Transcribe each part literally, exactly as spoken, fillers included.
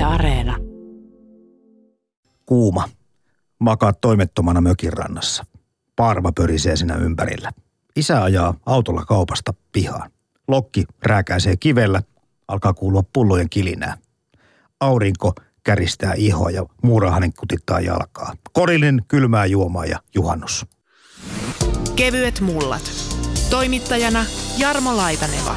Areena. Kuuma. Makaat toimettomana mökin rannassa. Paarma pörisee siinä ympärillä. Isä ajaa autolla kaupasta pihaan. Lokki rääkäisee kivellä. Alkaa kuulua pullojen kilinää. Aurinko käristää ihoa ja muurahanen kutittaa jalkaa. Korillinen kylmää juomaa ja juhannus. Kevyet mullat. Toimittajana Jarmo Laitaneva.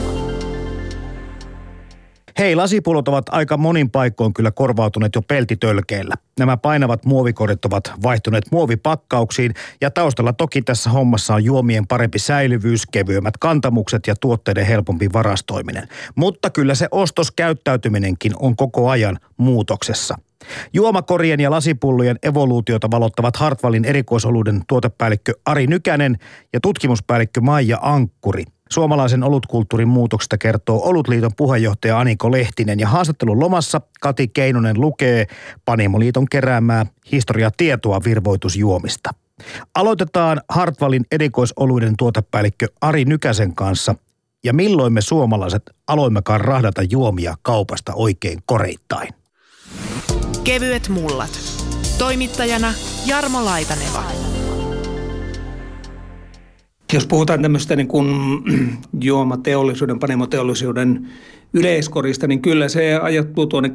Hei, lasipullot ovat aika monin paikkoon kyllä korvautuneet jo peltitölkeillä. Nämä painavat muovikorit ovat vaihtuneet muovipakkauksiin ja taustalla toki tässä hommassa on juomien parempi säilyvyys, kevyemmät kantamukset ja tuotteiden helpompi varastoiminen. Mutta kyllä se ostoskäyttäytyminenkin on koko ajan muutoksessa. Juomakorien ja lasipullojen evoluutiota valottavat Hartwallin erikoisoluiden tuotepäällikkö Ari Nykänen ja tutkimuspäällikkö Maija Ankkuri. Suomalaisen olutkulttuurin muutoksesta kertoo Olutliiton puheenjohtaja Aniko Lehtinen ja haastattelun lomassa Kati Keinonen lukee Panimoliiton keräämää historiatietoa virvoitusjuomista. Aloitetaan Hartwallin erikoisoluiden tuotepäällikkö Ari Nykäsen kanssa ja milloin me suomalaiset aloimmekaan rahdata juomia kaupasta oikein koreittain. Kevyet mullat. Toimittajana Jarmo Laitaneva. Jos puhutaan tämmöistä niin kuin juomateollisuuden, panimoteollisuuden yleiskorista, niin kyllä se ajoittuu tuonne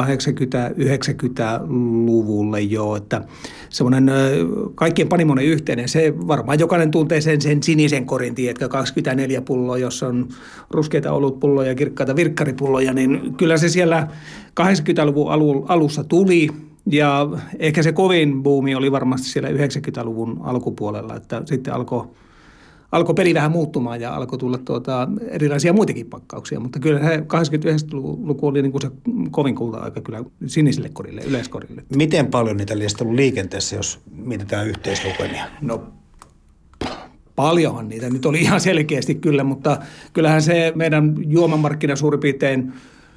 kahdeksankymmentä-yhdeksänkymmentäluvulle jo, että semmoinen kaikkien panimoiden yhteinen, se varmaan jokainen tuntee sen, sen sinisen korin, tiedätkö, kaksikymmentäneljä pulloa, jossa on ruskeita olutpulloja ja kirkkaita virkkaripulloja, niin kyllä se siellä kahdeksankymmentäluvun alussa tuli. Ja ehkä se kovin buumi oli varmasti siellä yhdeksänkymmentäluvun alkupuolella, että sitten alkoi Alkoi peli vähän muuttumaan ja alkoi tulla tuota erilaisia muitakin pakkauksia, mutta kyllä se kahdeksankymmentäyhdeksänkymmentäluku oli niin kuin se kovin kulta-aika kyllä sinisille korille, yleiskorille. Miten paljon niitä liiasta ollut liikenteessä, jos mietitään yhteislukemia? No paljonhan niitä nyt oli ihan selkeästi kyllä, mutta kyllähän se meidän juomamarkkina suurin piirtein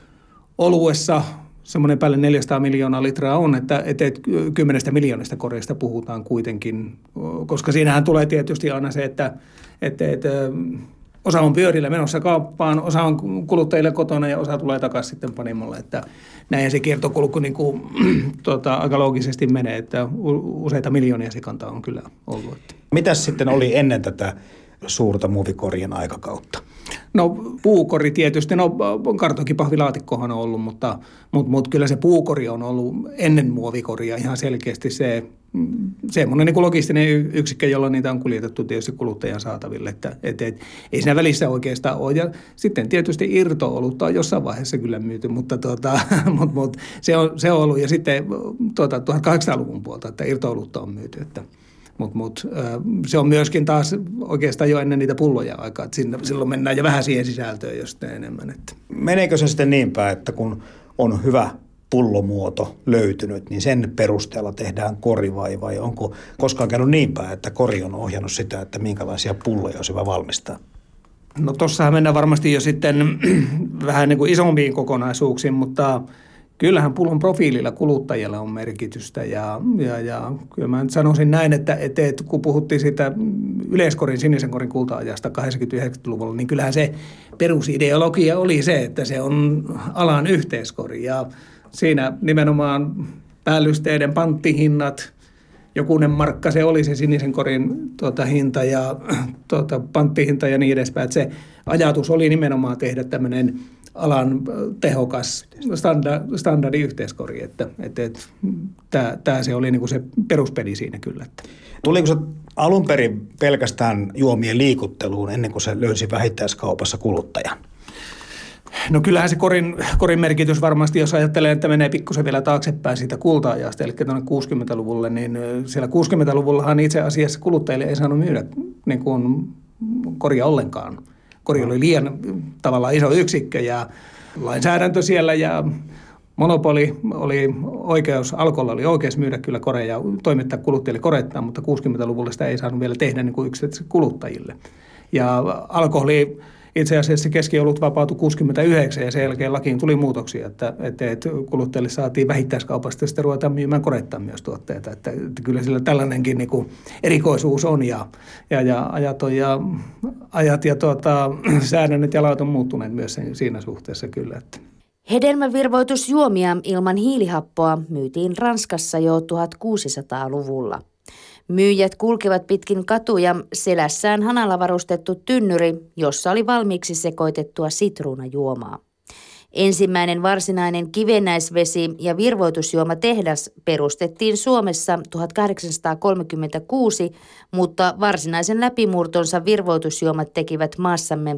oluessa semmoinen päälle neljäsataa miljoonaa litraa on, että, että kymmenestä miljoonasta koreista puhutaan kuitenkin, koska siinähän tulee tietysti aina se, että, että, että osa on pyörillä menossa kauppaan, osa on kuluttajille kotona ja osa tulee takaisin sitten panimolle, että näin se kiertokulku niin kuin, tuota, aika loogisesti menee, että useita miljoonia se kanta on kyllä ollut. Mitäs sitten oli ennen tätä suurta muovikorien aikakautta? No puukori tietysti, no kartonkipahvilaatikkohan on ollut, mutta, mutta, mutta kyllä se puukori on ollut ennen muovikoria ihan selkeästi se semmoinen niin kuin logistinen yksikkö, jolla niitä on kuljetettu tietysti kuluttajan saataville, että et, et, ei siinä välissä oikeastaan ole. Ja sitten tietysti irto-olutta on jossain vaiheessa kyllä myyty, mutta tuota, mut, mut, se, on, se on ollut ja sitten tuota, tuhatkahdeksansataaluvun puolta, että irto-olutta on myyty, että Mutta mut, se on myöskin taas oikeastaan jo ennen niitä pulloja aikaa, että silloin mennään jo vähän siihen sisältöön jos enemmän. Että. Meneekö se sitten niin päin, että kun on hyvä pullomuoto löytynyt, niin sen perusteella tehdään kori vai, vai onko koskaan käynyt niin päin, että kori on ohjannut sitä, että minkälaisia pulloja olisi hyvä valmistaa? No tossahan mennään varmasti jo sitten vähän niin kuin isompiin kokonaisuuksiin, mutta kyllähän pullon profiililla kuluttajilla on merkitystä ja, ja, ja kyllä mä nyt sanoisin näin, että, että, että kun puhuttiin siitä yleiskorin, sinisen korin kulta-ajasta kahdeksankymmentä-yhdeksänkymmentäluvulla, niin kyllähän se perusideologia oli se, että se on alan yhteiskori ja siinä nimenomaan päällysteiden panttihinnat, jokunen markka se oli se sinisen korin tuota, hinta ja tuota, panttihinta ja niin edespäin, että se ajatus oli nimenomaan tehdä tämmöinen alan tehokas standard, standardi yhteiskori, että, että, että tämä se oli niin kuin se peruspeli siinä kyllä. Että. Tuliko se alun perin pelkästään juomien liikutteluun ennen kuin se löysi vähittäiskaupassa kuluttajan? No kyllähän se korin, korin merkitys varmasti, jos ajattelee, että menee pikkusen vielä taaksepäin siitä kulta-ajasta, eli tuonne kuusikymmentäluvulle, niin siellä kuusikymmentäluvullahan itse asiassa kuluttajille ei saanut myydä niin kuin koria ollenkaan. Kori oli liian tavallaan iso yksikkö ja lainsäädäntö siellä ja monopoli oli oikeus, Alkolla oli oikeus myydä kyllä koreja ja toimittaa kuluttajille koreittain, mutta kuusikymmentäluvulla sitä ei saanut vielä tehdä niin kuin yksityisille kuluttajille. Ja alkoholi itse asiassa keskiolut vapautui kuusikymmentäyhdeksän ja sen jälkeen lakiin tuli muutoksia, että, että, että kuluttajille saatiin vähittäiskaupasta sitten ruvetaan myymään koreittain myös tuotteita. Että, että kyllä sillä tällainenkin niin kuin erikoisuus on ja, ja, ja ajat, on ja, ajat ja tuota, säännöt ja lait on muuttuneet myös siinä suhteessa kyllä. Että. Hedelmävirvoitusjuomia ilman hiilihappoa myytiin Ranskassa jo tuhatkuusisataaluvulla. Myyjät kulkivat pitkin katuja, selässään hanalla varustettu tynnyri, jossa oli valmiiksi sekoitettua sitruunajuomaa. Ensimmäinen varsinainen kivennäisvesi- ja virvoitusjuomatehdas perustettiin Suomessa tuhatkahdeksansataakolmekymmentäkuusi, mutta varsinaisen läpimurtonsa virvoitusjuomat tekivät maassamme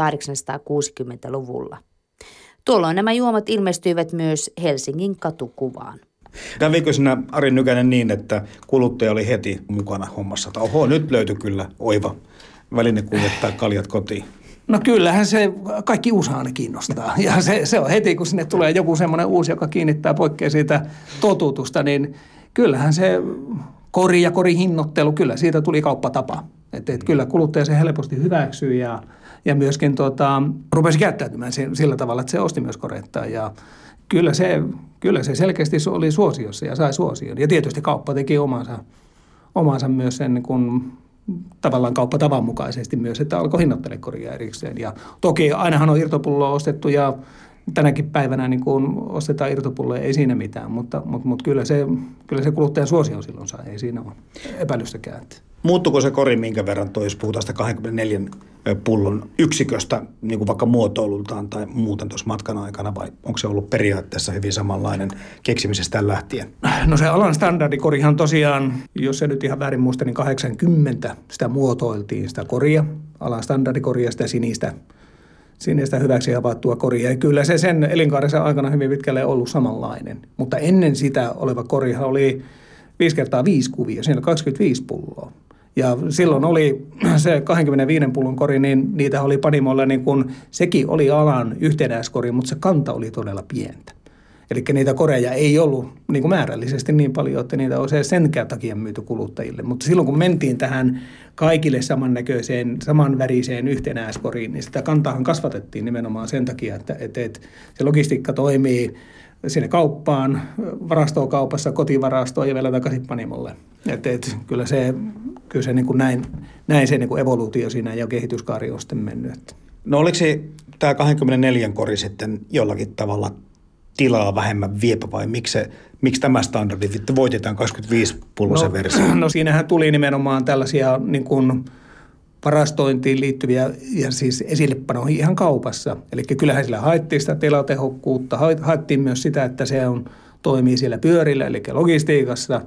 tuhatkahdeksansataakuusikymmentäluvulla. Tuolloin nämä juomat ilmestyivät myös Helsingin katukuvaan. Kävikö sinä, Ari Nykänen, niin, että kuluttaja oli heti mukana hommassa? Että oho, nyt löytyi kyllä oiva väline kuljettaa kaljat kotiin. No kyllähän se kaikki uusi aina kiinnostaa. Ja se, se on heti, kun sinne tulee joku semmoinen uusi, joka kiinnittää poikkea siitä totutusta, niin kyllähän se kori ja korihinnoittelu, kyllä siitä tuli kauppatapa. Että et kyllä kuluttaja se helposti hyväksyy ja, ja myöskin tota, rupesi käyttäytymään sillä tavalla, että se osti myös koreittaa. Ja kyllä se, kyllä se selkeästi oli suosiossa ja sai suosion. Ja tietysti kauppa teki omansa, omansa myös sen, kun tavallaan kauppatavan mukaisesti myös, että alkoi hinnoittele koria erikseen. Ja toki ainahan on irtopulloa ostettu ja tänäkin päivänä niin kun ostetaan irtopulloja, ei siinä mitään, mutta, mutta, mutta kyllä, se, kyllä se kuluttajan suosion silloin saa, ei siinä ole epäilystäkään. Muuttuko se kori minkä verran, toi, jos puhutaan sitä kaksikymmentäneljän pullon yksiköstä, niin kuin vaikka muotoilultaan tai muuten tuossa matkan aikana, vai onko se ollut periaatteessa hyvin samanlainen keksimisestä lähtien? No se alan standardikorihan tosiaan, jos se nyt ihan väärin muista, niin kahdeksankymmentä sitä muotoiltiin sitä koria, alan standardikoria, sitä sinistä, sinistä hyväksi havaittua koria. Ja kyllä se sen elinkaarensa aikana hyvin pitkälle ollut samanlainen, mutta ennen sitä oleva korihan oli viisi kertaa viisi kuvia, siinä oli kaksikymmentäviisi pulloa. Ja silloin oli se kaksikymmentäviisi pullon kori, niin niitä oli panimolla niin kuin, sekin oli alan yhtenäiskori, mutta se kanta oli todella pientä. Eli niitä koreja ei ollut niin kuin määrällisesti niin paljon, että niitä olisi senkään takia myyty kuluttajille. Mutta silloin kun mentiin tähän kaikille samannäköiseen, samanväriseen yhtenäiskoriin, niin sitä kantaahan kasvatettiin nimenomaan sen takia, että, että, että se logistiikka toimii sinne kauppaan, varastokaupassa, kotivarastoon ja vielä takaisin panimolle. Että et, kyllä se, kyllä se niin kuin näin, näin se niin kuin evoluutio siinä ja kehityskaari on sitten mennyt. No oliko se tämä kaksikymmentäneljä kori sitten jollakin tavalla tilaa vähemmän viepä vai miksi, se, miksi tämä standardi voitetaan kaksikymmentäviisi pullosen no, versio? No siinähän tuli nimenomaan tällaisia niin kuin varastointiin liittyviä ja siis esillepanoihin ihan kaupassa. Eli kyllähän sillä haettiin sitä tilatehokkuutta, haettiin myös sitä, että se on, toimii siellä pyörillä, eli logistiikassa.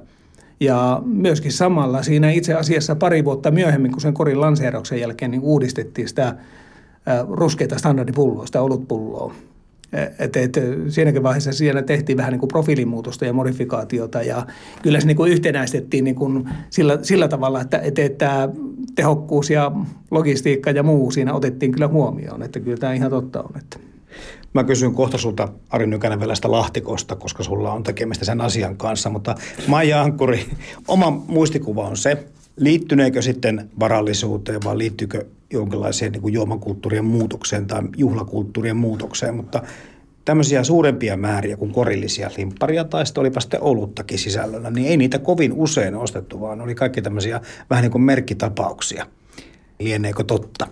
Ja myöskin samalla siinä itse asiassa pari vuotta myöhemmin, kun sen korin lanseerauksen jälkeen, niin uudistettiin sitä ruskeita standardipulloa, sitä olutpulloa. Että et, siinäkin vaiheessa siinä tehtiin vähän niin kuin profiilimuutosta ja modifikaatiota ja kyllä se niin kuin yhtenäistettiin niin kuin sillä, sillä tavalla, että, että, että tehokkuus ja logistiikka ja muu siinä otettiin kyllä huomioon, että kyllä tämä ihan totta on. Että. Mä kysyn kohta sulta, Ari Nykänen, vielä sitä lahtikosta, koska sulla on tekemistä sen asian kanssa, mutta Maija Ankkuri, oma muistikuva on se, liittyneekö sitten varallisuuteen vai liittyykö jonkinlaiseen niin kuin juomakulttuurien muutokseen tai juhlakulttuurien muutokseen, mutta tämmöisiä suurempia määriä kuin korillisia limpparia tai sitten olipa sitten oluttakin sisällöllä, niin ei niitä kovin usein ostettu, vaan oli kaikki tämmöisiä vähän niin kuin merkkitapauksia. Lieneekö totta?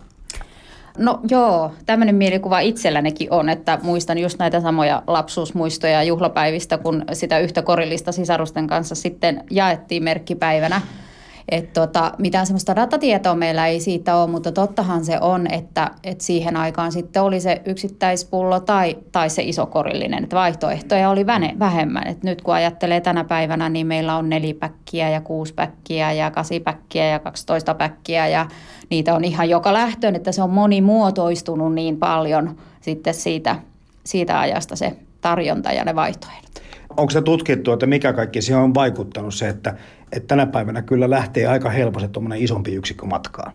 No joo, tämmöinen mielikuva itsellänikin on, että muistan just näitä samoja lapsuusmuistoja juhlapäivistä, kun sitä yhtä korillista sisarusten kanssa sitten jaettiin merkkipäivänä. Että tota, mitään semmoista datatietoa meillä ei siitä ole, mutta tottahan se on, että, että siihen aikaan sitten oli se yksittäispullo tai, tai se iso korillinen. Että vaihtoehtoja oli vähemmän. Et nyt kun ajattelee tänä päivänä, niin meillä on nelipäkkiä ja kuusipäkkiä ja kasipäkkiä ja kaksitoista päkkiä ja niitä on ihan joka lähtöön, että se on monimuotoistunut niin paljon sitten siitä, siitä ajasta se tarjonta ja ne vaihtoehdot. Onko se tutkittu, että mikä kaikki siihen on vaikuttanut se, että, että tänä päivänä kyllä lähtee aika helposti tuommoinen isompi yksikkö matkaan?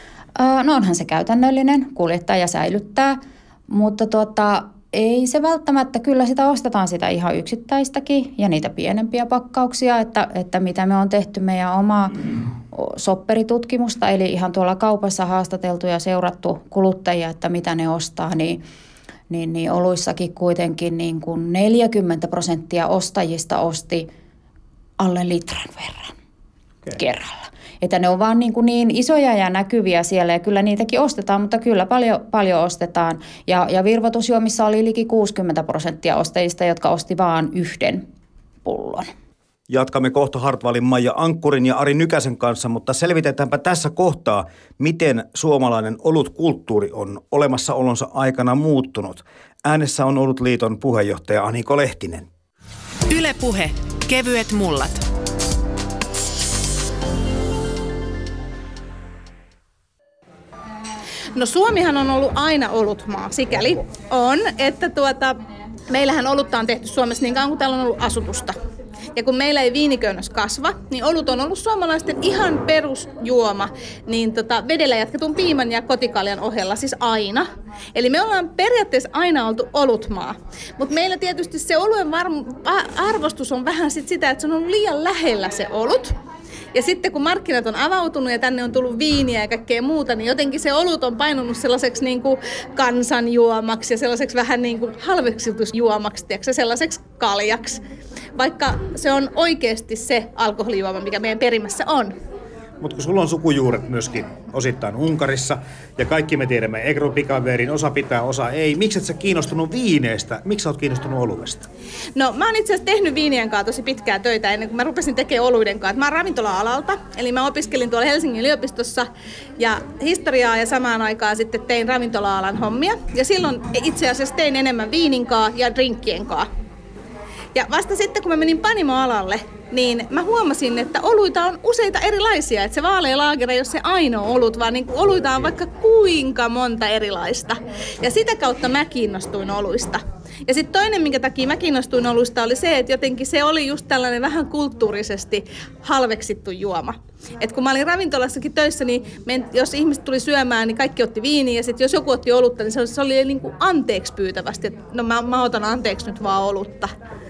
No onhan se käytännöllinen, kuljettaa ja säilyttää, mutta tuota, ei se välttämättä, kyllä sitä ostetaan sitä ihan yksittäistäkin ja niitä pienempiä pakkauksia, että, että mitä me on tehty meidän omaa sopperitutkimusta, eli ihan tuolla kaupassa haastateltu ja seurattu kuluttajia, että mitä ne ostaa, niin Niin, niin oluissakin kuitenkin niin kuin neljäkymmentä prosenttia ostajista osti alle litran verran okay. kerralla. että ne on vaan niin, kuin niin isoja ja näkyviä siellä ja kyllä niitäkin ostetaan, mutta kyllä paljon, paljon ostetaan. Ja, ja virvoitusjuomissa oli liki kuusikymmentä prosenttia ostajista, jotka osti vaan yhden pullon. Jatkamme kohta Hartwallin Maija Ankkurin ja Ari Nykäsen kanssa, mutta selvitetäänpä tässä kohtaa, miten suomalainen olutkulttuuri on olemassaolonsa aikana muuttunut. Äänessä on ollut liiton puheenjohtaja Aniko Lehtinen. Yle Puhe. Kevyet mullat. No Suomihan on ollut aina olutmaa, sikäli on, että tuota, meillähän olutta on tehty Suomessa niin kauan kuin täällä on ollut asutusta. Ja kun meillä ei viiniköynnös kasva, niin olut on ollut suomalaisten ihan perusjuoma, niin tota, vedellä jatketun piiman ja kotikaljan ohella siis aina. Eli me ollaan periaatteessa aina oltu olutmaa. Mutta meillä tietysti se oluen varm- arvostus on vähän sit sitä, että se on ollut liian lähellä se olut. Ja sitten kun markkinat on avautunut ja tänne on tullut viiniä ja kaikkea muuta, niin jotenkin se olut on painunut sellaiseksi niin kuin kansanjuomaksi ja sellaiseksi vähän niin kuin halveksitusjuomaksi, tiedätkö, sellaiseksi kaljaksi. Vaikka se on oikeasti se alkoholijuoma, mikä meidän perimässä on. Mutta kun sulla on sukujuuret myöskin osittain Unkarissa ja kaikki me tiedämme Egropikaverin, osa pitää, osa ei. Miksi et sä kiinnostunut viineistä? Miksi sä oot kiinnostunut oluesta? No mä oon itse asiassa tehnyt viinien kanssa tosi pitkää töitä ennen kuin mä rupesin tekemään oluiden kanssa. Mä oon ravintola-alalta, eli mä opiskelin tuolla Helsingin yliopistossa ja historiaa ja samaan aikaan sitten tein ravintola-alan hommia. Ja silloin itse asiassa tein enemmän viinin kanssa ja drinkkien kanssa. Ja vasta sitten kun mä menin panimoalalle, niin mä huomasin, että oluita on useita erilaisia. Että se vaalea laager ei ole se ainoa olut, vaan niin oluita on vaikka kuinka monta erilaista. Ja sitä kautta mä kiinnostuin oluista. Ja sitten toinen, minkä takia mä kiinnostuin oluista, oli se, että jotenkin se oli just tällainen vähän kulttuurisesti halveksittu juoma. Et kun mä olin ravintolassakin töissä, niin me, jos ihmiset tuli syömään, niin kaikki otti viiniä. Ja sitten jos joku otti olutta, niin se oli, se oli niin kuin anteeksi pyytävästi. Että no mä, mä otan anteeksi nyt vaan olutta.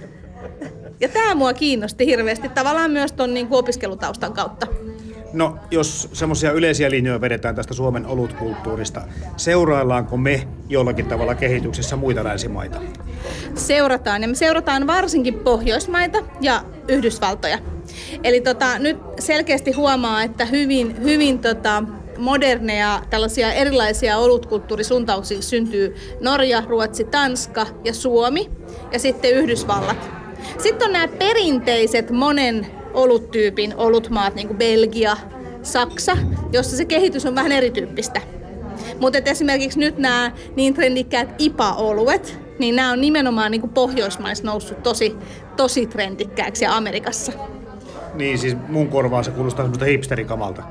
Ja tämä mua kiinnosti hirveästi tavallaan myös tuon niin kuin opiskelutaustan kautta. No, jos semmoisia yleisiä linjoja vedetään tästä Suomen olutkulttuurista, seuraillaanko me jollakin tavalla kehityksessä muita länsimaita? Seurataan, ja me seurataan varsinkin Pohjoismaita ja Yhdysvaltoja. Eli tota, nyt selkeästi huomaa, että hyvin, hyvin tota, moderneja tällaisia erilaisia olutkulttuurisuuntauksia syntyy Norja, Ruotsi, Tanska ja Suomi ja sitten Yhdysvallat. Sitten on nämä perinteiset monen oluttyypin olutmaat, niin kuin Belgia, Saksa, jossa se kehitys on vähän erityyppistä. Mutta esimerkiksi nyt nämä niin trendikkäät I P A-oluet, niin nämä on nimenomaan niin kuin Pohjoismaissa noussut tosi, tosi trendikkääksi ja Amerikassa. Niin, siis mun korvaan se kuulostaa semmoista hipsterikamalta.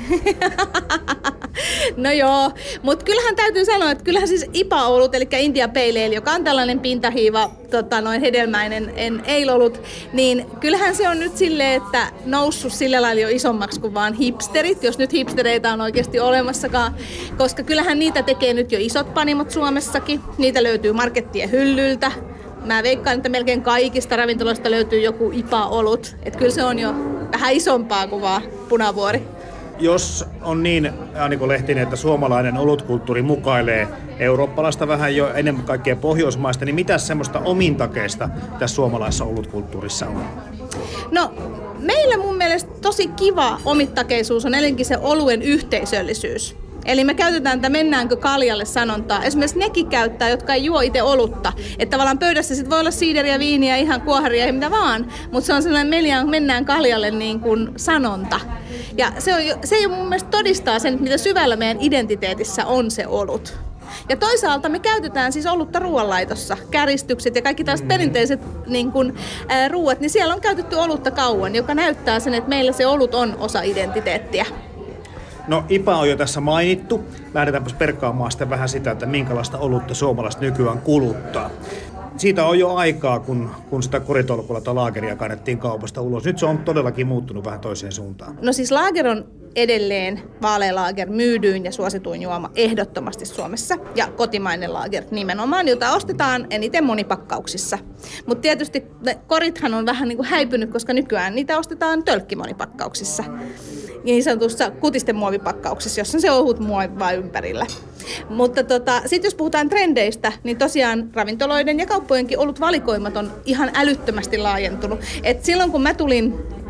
No joo, mutta kyllähän täytyy sanoa, että kyllähän siis I P A-olut, eli India Pale Ale, joka on tällainen pintahiiva, tota, noin hedelmäinen ale-olut, niin kyllähän se on nyt silleen, että noussut sillä lailla jo isommaksi kuin vaan hipsterit, jos nyt hipstereitä on oikeasti olemassakaan, koska kyllähän niitä tekee nyt jo isot panimot Suomessakin, niitä löytyy markettien hyllyltä. Mä veikkaan, että melkein kaikista ravintoloista löytyy joku I P A-olut, että kyllä se on jo vähän isompaa kuin vaan Punavuori. Jos on niin, Aniko Lehtinen, että suomalainen olutkulttuuri mukailee eurooppalaista vähän jo enemmän kaikkea pohjoismaista, niin mitä semmoista omintakeista tässä suomalaisessa olutkulttuurissa on? No, meillä mun mielestä tosi kiva omittakeisuus on elinkin se oluen yhteisöllisyys. Eli me käytetään tätä mennäänkö kaljalle sanontaa. Esimerkiksi nekin käyttää, jotka ei juo itse olutta. Että tavallaan pöydässä sit voi olla siideriä, viiniä, ihan kuoharia ja mitä vaan. Mutta se on sellainen mennään kaljalle niin kuin sanonta. Ja se, on, se jo mun mielestä todistaa sen, mitä syvällä meidän identiteetissä on se olut. Ja toisaalta me käytetään siis olutta ruoanlaitossa. Käristykset ja kaikki tällaiset perinteiset niin kuin, ää, ruuat, niin siellä on käytetty olutta kauan, joka näyttää sen, että meillä se olut on osa identiteettiä. No I P A on jo tässä mainittu. Lähdetäänpäs perkaamaan sitten vähän sitä, että minkälaista olutta suomalaiset nykyään kuluttaa. Siitä on jo aikaa, kun, kun sitä koritolkulla tai laageria kannettiin kaupasta ulos. Nyt se on todellakin muuttunut vähän toiseen suuntaan. No siis laager on edelleen vaalea laager myydyin ja suosituin juoma ehdottomasti Suomessa. Ja kotimainen laager nimenomaan, jota ostetaan eniten monipakkauksissa. Mutta tietysti korithan on vähän niin kuin häipynyt, koska nykyään niitä ostetaan tölkkimonipakkauksissa. Niin sanotussa kutisten muovipakkauksessa, jossa on se ohut muovi vaan ympärillä. Mutta tota, sitten jos puhutaan trendeistä, niin tosiaan ravintoloiden ja kauppojenkin ollut valikoimat on ihan älyttömästi laajentunut. Et silloin kun mä tulin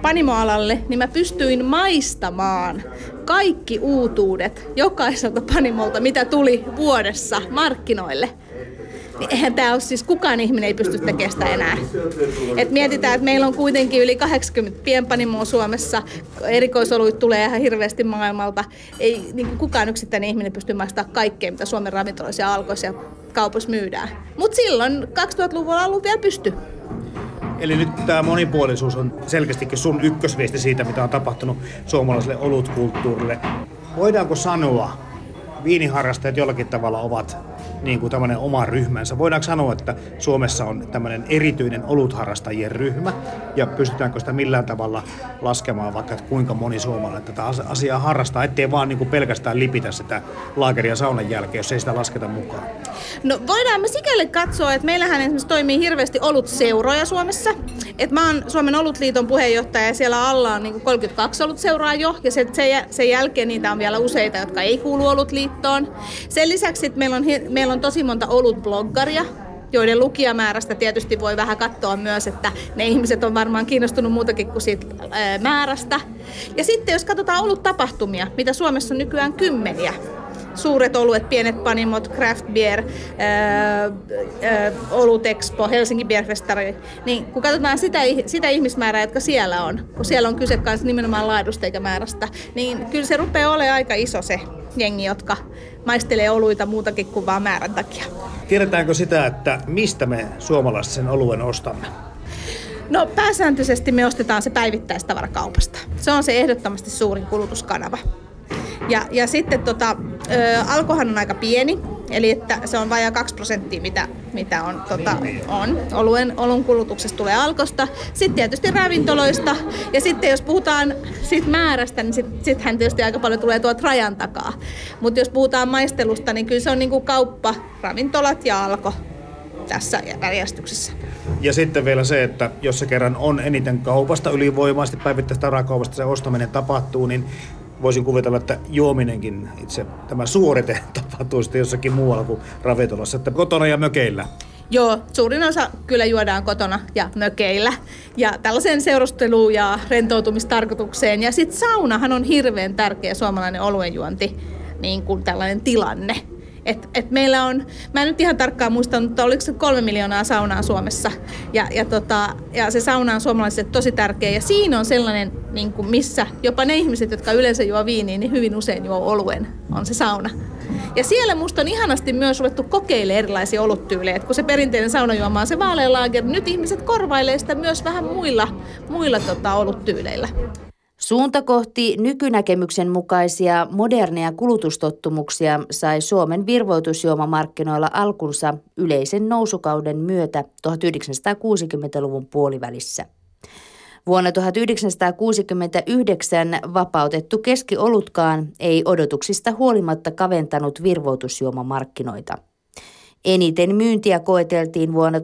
panimoalalle, niin mä pystyin maistamaan kaikki uutuudet jokaiselta panimolta, mitä tuli vuodessa markkinoille. Niin eihän tämä ole siis, kukaan ihminen ei pysty tekemään sitä enää. Et mietitään, että meillä on kuitenkin yli kahdeksankymmentä pienpanimoa Suomessa, erikoisoluit tulee ihan hirveästi maailmalta. Ei niin kukaan yksittäinen ihminen pysty maistamaan kaikkea, mitä Suomen ravintoloissa ja alkoissa ja kaupoissa myydään. Mutta silloin kaksituhattaluvulla on ollut vielä pysty. Eli nyt tämä monipuolisuus on selkeästikin sun ykkösviesti siitä, mitä on tapahtunut suomalaiselle olutkulttuurille. Voidaanko sanoa, viiniharrastajat jollakin tavalla ovat niin kuin tämmöinen oma ryhmänsä? Voidaanko sanoa, että Suomessa on tämmöinen erityinen olutharrastajien ryhmä? Ja pystytäänkö sitä millään tavalla laskemaan, vaikka että kuinka moni suomalainen tätä asiaa harrastaa, ettei vaan niin kuin pelkästään lipitä sitä laakeria saunan jälkeen, jos ei sitä lasketa mukaan? No voidaan me sikäli katsoa, että meillähän esimerkiksi toimii hirveästi olutseuroja Suomessa. Et mä oon Suomen olutliiton puheenjohtaja ja siellä alla on niin kuin kolmekymmentäkaksi olutseuraa jo. Ja sen, sen jälkeen niitä on vielä useita, jotka ei kuulu olutliittoon. Sen lisäksi meillä on, meillä on tosi monta olutbloggaria, joiden lukijamäärästä tietysti voi vähän katsoa myös, että ne ihmiset on varmaan kiinnostunut muutakin kuin siitä ää, määrästä. Ja sitten jos katsotaan oluttapahtumia, mitä Suomessa on nykyään kymmeniä. Suuret oluet, pienet panimot, craft beer, ää, ää, olutexpo, Helsingin Beerfestari, niin kun katsotaan sitä, sitä ihmismäärää, jotka siellä on, kun siellä on kyse kanssa nimenomaan laadusta eikä määrästä, niin kyllä se rupeaa olemaan aika iso se jengi, jotka maistelee oluita muutakin kuin vaan määrän takia. Tiedetäänkö sitä, että mistä me suomalaiset sen oluen ostamme? No pääsääntöisesti me ostetaan se päivittäistavarakaupasta. Se on se ehdottomasti suurin kulutuskanava. Ja, ja sitten tota, ö, alkohan on aika pieni, eli että se on vajaa kaksi prosenttia, mitä, mitä on, tota, on. Oluen, olun kulutuksesta tulee Alkosta. Sitten tietysti ravintoloista. Ja sitten jos puhutaan siitä määrästä, niin sittenhän sit tietysti aika paljon tulee tuolta rajan takaa. Mutta jos puhutaan maistelusta, niin kyllä se on niinku kauppa, ravintolat ja Alko tässä järjestyksessä. Ja sitten vielä se, että jos se kerran on eniten kaupasta ylivoimaisesti päivittäistä rakaupasta se ostaminen tapahtuu, niin voisin kuvitella, että juominenkin, itse tämä suorite tapahtuu sitten jossakin muualla kuin ravintolassa, että kotona ja mökeillä. Joo, suurin osa kyllä juodaan kotona ja mökeillä ja tällaiseen seurusteluun ja rentoutumistarkoitukseen. Ja sitten saunahan on hirveän tärkeä suomalainen oluenjuonti, niin kuin tällainen tilanne. Et, et meillä on, mä en nyt ihan tarkkaan muista, mutta oliko se kolme miljoonaa saunaa Suomessa. Ja, ja, tota, ja se sauna on suomalaisille tosi tärkeä. Ja siinä on sellainen, niin kuin missä jopa ne ihmiset, jotka yleensä juo viiniä, niin hyvin usein juo oluen, on se sauna. Ja siellä musta on ihanasti myös ruvettu kokeilemaan erilaisia oluttyylejä. Et kun se perinteinen saunajuoma on se vaalea lager, niin nyt ihmiset korvailee sitä myös vähän muilla, muilla tota, oluttyyleillä. Suunta kohti nykynäkemyksen mukaisia moderneja kulutustottumuksia sai Suomen virvoitusjuomamarkkinoilla alkunsa yleisen nousukauden myötä tuhatyhdeksänsataakuusikymmentäluvun puolivälissä. Vuonna tuhatyhdeksänsataakuusikymmentäyhdeksän vapautettu keskiolutkaan ei odotuksista huolimatta kaventanut virvoitusjuomamarkkinoita. Eniten myyntiä koeteltiin vuonna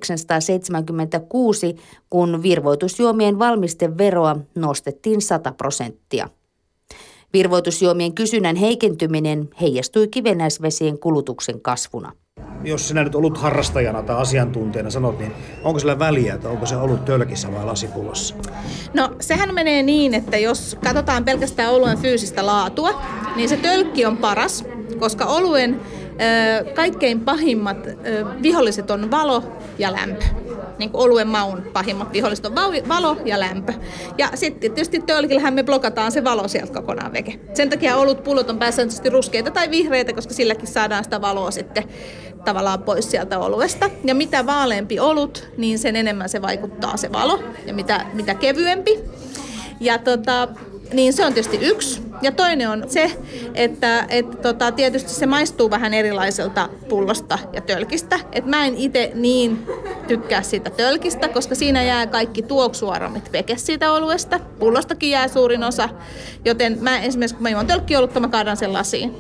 tuhatyhdeksänsataaseitsemänkymmentäkuusi, kun virvoitusjuomien valmisteveroa nostettiin sata prosenttia. Virvoitusjuomien kysynnän heikentyminen heijastui kivennäisvesien kulutuksen kasvuna. Jos sinä nyt olut harrastajana tai asiantuntijana sanot, niin onko sillä väliä, että onko se ollut tölkissä vai lasipullossa? No sehän menee niin, että jos katsotaan pelkästään oluen fyysistä laatua, niin se tölkki on paras, koska oluen kaikkein pahimmat viholliset on valo ja lämpö. Niin kuin oluen maun pahimmat viholliset on valo ja lämpö. Ja sitten tietysti tölkillähän me blokataan se valo sieltä kokonaan veke. Sen takia olutpullot on pääsääntöisesti ruskeita tai vihreitä, koska silläkin saadaan sitä valoa sitten tavallaan pois sieltä oluesta. Ja mitä vaaleampi olut, niin sen enemmän se vaikuttaa se valo ja mitä, mitä kevyempi. Ja tota, niin se on tietysti yksi. Ja toinen on se, että et, tota, tietysti se maistuu vähän erilaiselta pullosta ja tölkistä. Et mä en itse niin tykkää siitä tölkistä, koska siinä jää kaikki tuoksuaromit veke siitä oluesta. Pullostakin jää suurin osa, joten mä esimerkiksi kun mä juon tölkkiolutta, mä kaadan sen lasiin.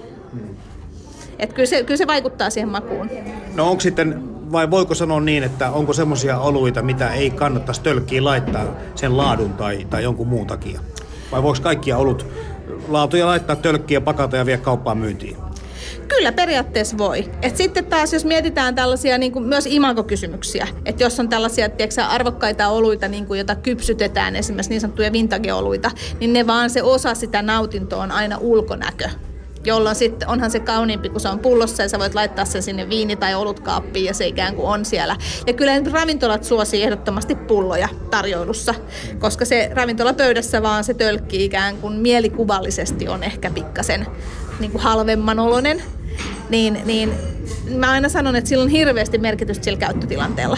Et kyllä se, kyllä se vaikuttaa siihen makuun. No onko sitten, vai voiko sanoa niin, että onko semmoisia oluita, mitä ei kannattaisi tölkkiin laittaa sen laadun tai, tai jonkun muun takia? Vai voiko kaikkia olut laatuja laittaa tölkkiä, pakata ja viedä kauppaan myyntiin? kyllä periaatteessa voi. Et sitten taas, jos mietitään tällaisia niin kuin myös imagokysymyksiä, että jos on tällaisia tiedätkö, arvokkaita oluita, niin kuin, joita kypsytetään, esimerkiksi niin sanottuja vintage-oluita, niin ne vaan se osa sitä nautintoa on aina ulkonäkö. Jolloin sitten onhan se kauniimpi, kun se on pullossa ja sä voit laittaa sen sinne viini- tai olutkaappiin ja se ikään kuin on siellä. Ja kyllä ravintolat suosii ehdottomasti pulloja tarjoilussa, koska se ravintolapöydässä vaan se tölkki ikään kuin mielikuvallisesti on ehkä pikkasen niin kuin halvemman oloinen. Niin, niin mä aina sanon, että sillä on hirveästi merkitystä sillä käyttötilanteella.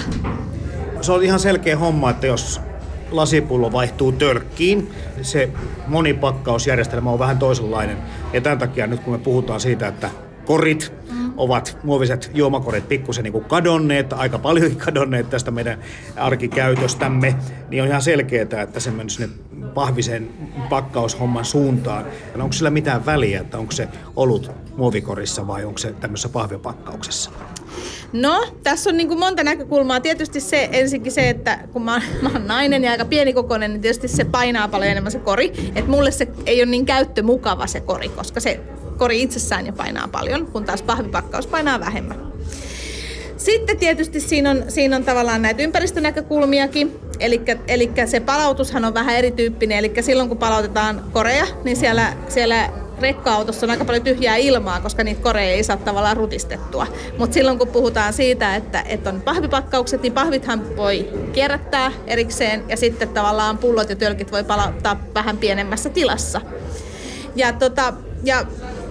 Se on ihan selkeä homma, että jos lasipullo vaihtuu tölkkiin, se monipakkausjärjestelmä on vähän toisenlainen. Ja tämän takia nyt kun me puhutaan siitä, että korit mm. ovat, muoviset juomakorit pikkusen niin kuin kadonneet, aika paljonkin kadonneet tästä meidän arkikäytöstämme, niin on ihan selkeää, että se mennyt sinne pahvisen pakkaushomman suuntaan. Onko sillä mitään väliä, että onko se olut muovikorissa vai onko se tämmöisessä pahvipakkauksessa? No, tässä on niin kuin monta näkökulmaa. Tietysti se ensinnäkin se, että kun mä, mä oon nainen ja aika pienikokoinen, niin tietysti se painaa paljon enemmän se kori. Että mulle se ei ole niin käyttömukava se kori, koska se kori itsessään jo painaa paljon, kun taas pahvipakkaus painaa vähemmän. Sitten tietysti siinä on, siinä on tavallaan näitä ympäristönäkökulmiakin. Eli se palautushan on vähän erityyppinen. Eli silloin kun palautetaan koreja, niin siellä, siellä rekka-autossa on aika paljon tyhjää ilmaa, koska niitä koreja ei saa tavallaan rutistettua. Mutta silloin kun puhutaan siitä, että, että on pahvipakkaukset, niin pahvithan voi kierrättää erikseen ja sitten tavallaan pullot ja tölkit voi palauttaa vähän pienemmässä tilassa. Ja, tota, ja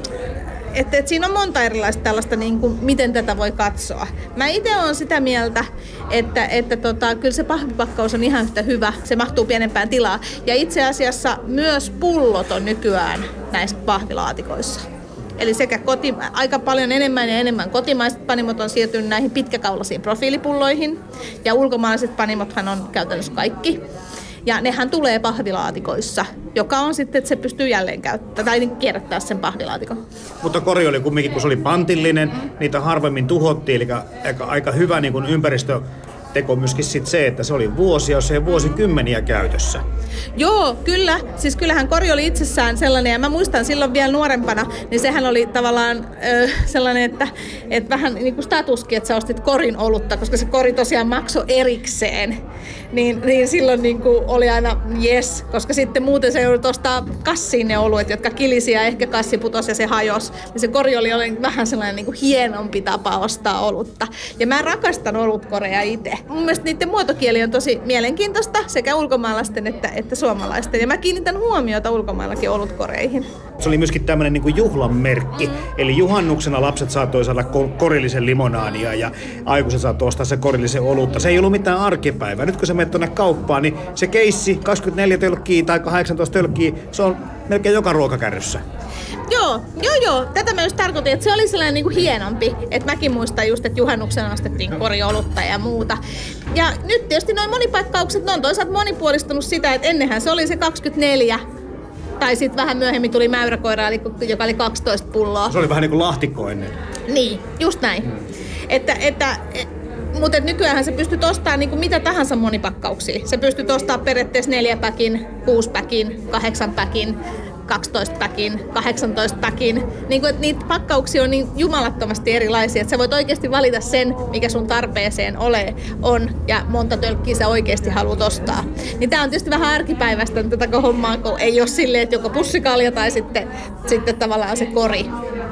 Että et siinä on monta erilaista tällaista, niin kuin, miten tätä voi katsoa. Mä itse olen sitä mieltä, että, että tota, kyllä se pahvipakkaus on ihan yhtä hyvä. Se mahtuu pienempään tilaa. Ja itse asiassa myös pullot on nykyään näissä pahvilaatikoissa. Eli sekä koti, aika paljon enemmän ja enemmän kotimaiset panimot on siirtynyt näihin pitkäkaulaisiin profiilipulloihin. Ja ulkomaalaiset panimothan on käytännössä kaikki. Ja nehän tulee pahvilaatikoissa, joka on sitten, että se pystyy jälleen käyttämään tai niin kierrättää sen pahvilaatikon. Mutta kori oli kumminkin, kun se oli pantillinen, mm. niitä harvemmin tuhottiin, eli aika, aika hyvä niin kuin ympäristöteko myöskin sit se, että se oli vuosia, jos ei vuosikymmeniä käytössä. Joo, kyllä. Siis kyllähän kori oli itsessään sellainen, ja mä muistan silloin vielä nuorempana, niin sehän oli tavallaan ö, sellainen, että, että vähän niin kuin statuskin, että sä ostit korin olutta, koska se kori tosiaan maksoi erikseen. Niin, niin silloin niin kuin oli aina yes, koska sitten muuten se joudut ostaa kassiin ne oluet, jotka kilisi ja ehkä kassi putosi ja se hajosi. Ja se kori oli, oli vähän sellainen niin kuin hienompi tapa ostaa olutta. Ja mä rakastan olutkoreja itse. Mun mielestä niiden muotokieli on tosi mielenkiintoista sekä ulkomaalaisten että, että suomalaisten. Ja mä kiinnitän huomiota ulkomaillakin olutkoreihin. Se oli myöskin tämmöinen niin kuin juhlan merkki. Mm. Eli juhannuksena lapset saattoi saada korillisen limonaadia ja aikuiset saattoi ostaa se korillisen olutta. Se ei ollut mitään arkipäivää. Nyt kun sä menet tuonne kauppaan, niin se keissi kaksikymmentäneljä tölkkiä tai kahdeksantoista tölkkiä, se on melkein joka ruokakärryssä. Joo, joo, joo. Tätä mä just tarkoitin, että se oli sellainen niin kuin hienompi. Että mäkin muistan just, että juhannuksena ostettiin koriolutta ja muuta. Ja nyt tietysti noin monipakkaukset, ne on toisaalta monipuolistunut sitä, että ennenhän se oli se kaksikymmentäneljä. Tai sitten vähän myöhemmin tuli mäyräkoira, joka oli kaksitoista pulloa. Se oli vähän niin kuin lahtikko ennen. Niin, just näin. Hmm. Että, että, et, mutta nykyäänhän se pystyt ostamaan niin kuin mitä tahansa monipakkauksia. Se pystyt ostamaan periaatteessa neljä päkin, kuusi päkin, kahdeksan päkin, kaksitoista päkin, kahdeksantoista päkin. Niin kuin, että niitä pakkauksia on niin jumalattomasti erilaisia, että sä voit oikeasti valita sen, mikä sun tarpeeseen ole, on ja monta tölkkiä sä oikeasti haluat ostaa. Niin tää on tietysti vähän arkipäiväistä tätä hommaa, kun ei ole silleen, että joko pussikalja tai sitten, sitten tavallaan se kori.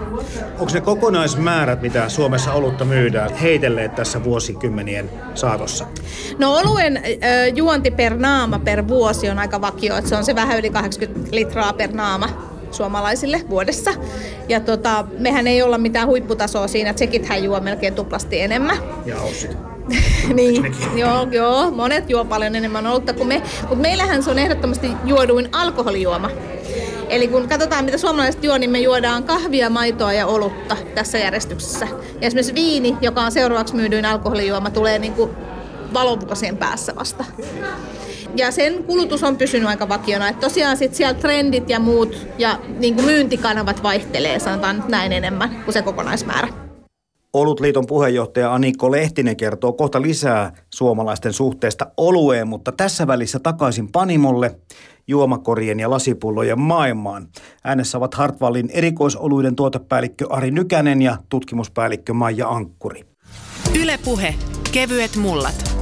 Onko ne kokonaismäärät, mitä Suomessa olutta myydään, heitelleet tässä vuosikymmenien saatossa? No oluen äh, juonti per naama per vuosi on aika vakio, että se on se vähän yli kahdeksankymmentä litraa per naama suomalaisille vuodessa. Ja tota, mehän ei olla mitään huipputasoa siinä, että sekithän juo melkein tuplasti enemmän. Ja ossit. Niin, joo, joo, monet juo paljon enemmän olutta kuin me, mutta meillähän se on ehdottomasti juoduin alkoholijuoma. Eli kun katsotaan, mitä suomalaiset juo, niin me juodaan kahvia, maitoa ja olutta tässä järjestyksessä. Ja esimerkiksi viini, joka on seuraavaksi myydyin alkoholijuoma, tulee niin kuin valovuosien päässä vasta. Ja sen kulutus on pysynyt aika vakiona. Että tosiaan sit siellä trendit ja muut ja niin kuin myyntikanavat vaihtelee, sanotaan nyt näin enemmän kuin se kokonaismäärä. Olutliiton puheenjohtaja Anikko Lehtinen kertoo kohta lisää suomalaisten suhteesta olueen, mutta tässä välissä takaisin Panimolle, juomakorien ja lasipullojen maailmaan. Äänessä ovat Hartwallin erikoisoluiden tuotepäällikkö Ari Nykänen ja tutkimuspäällikkö Maija Ankkuri. Yle Puhe. Kevyet mullat.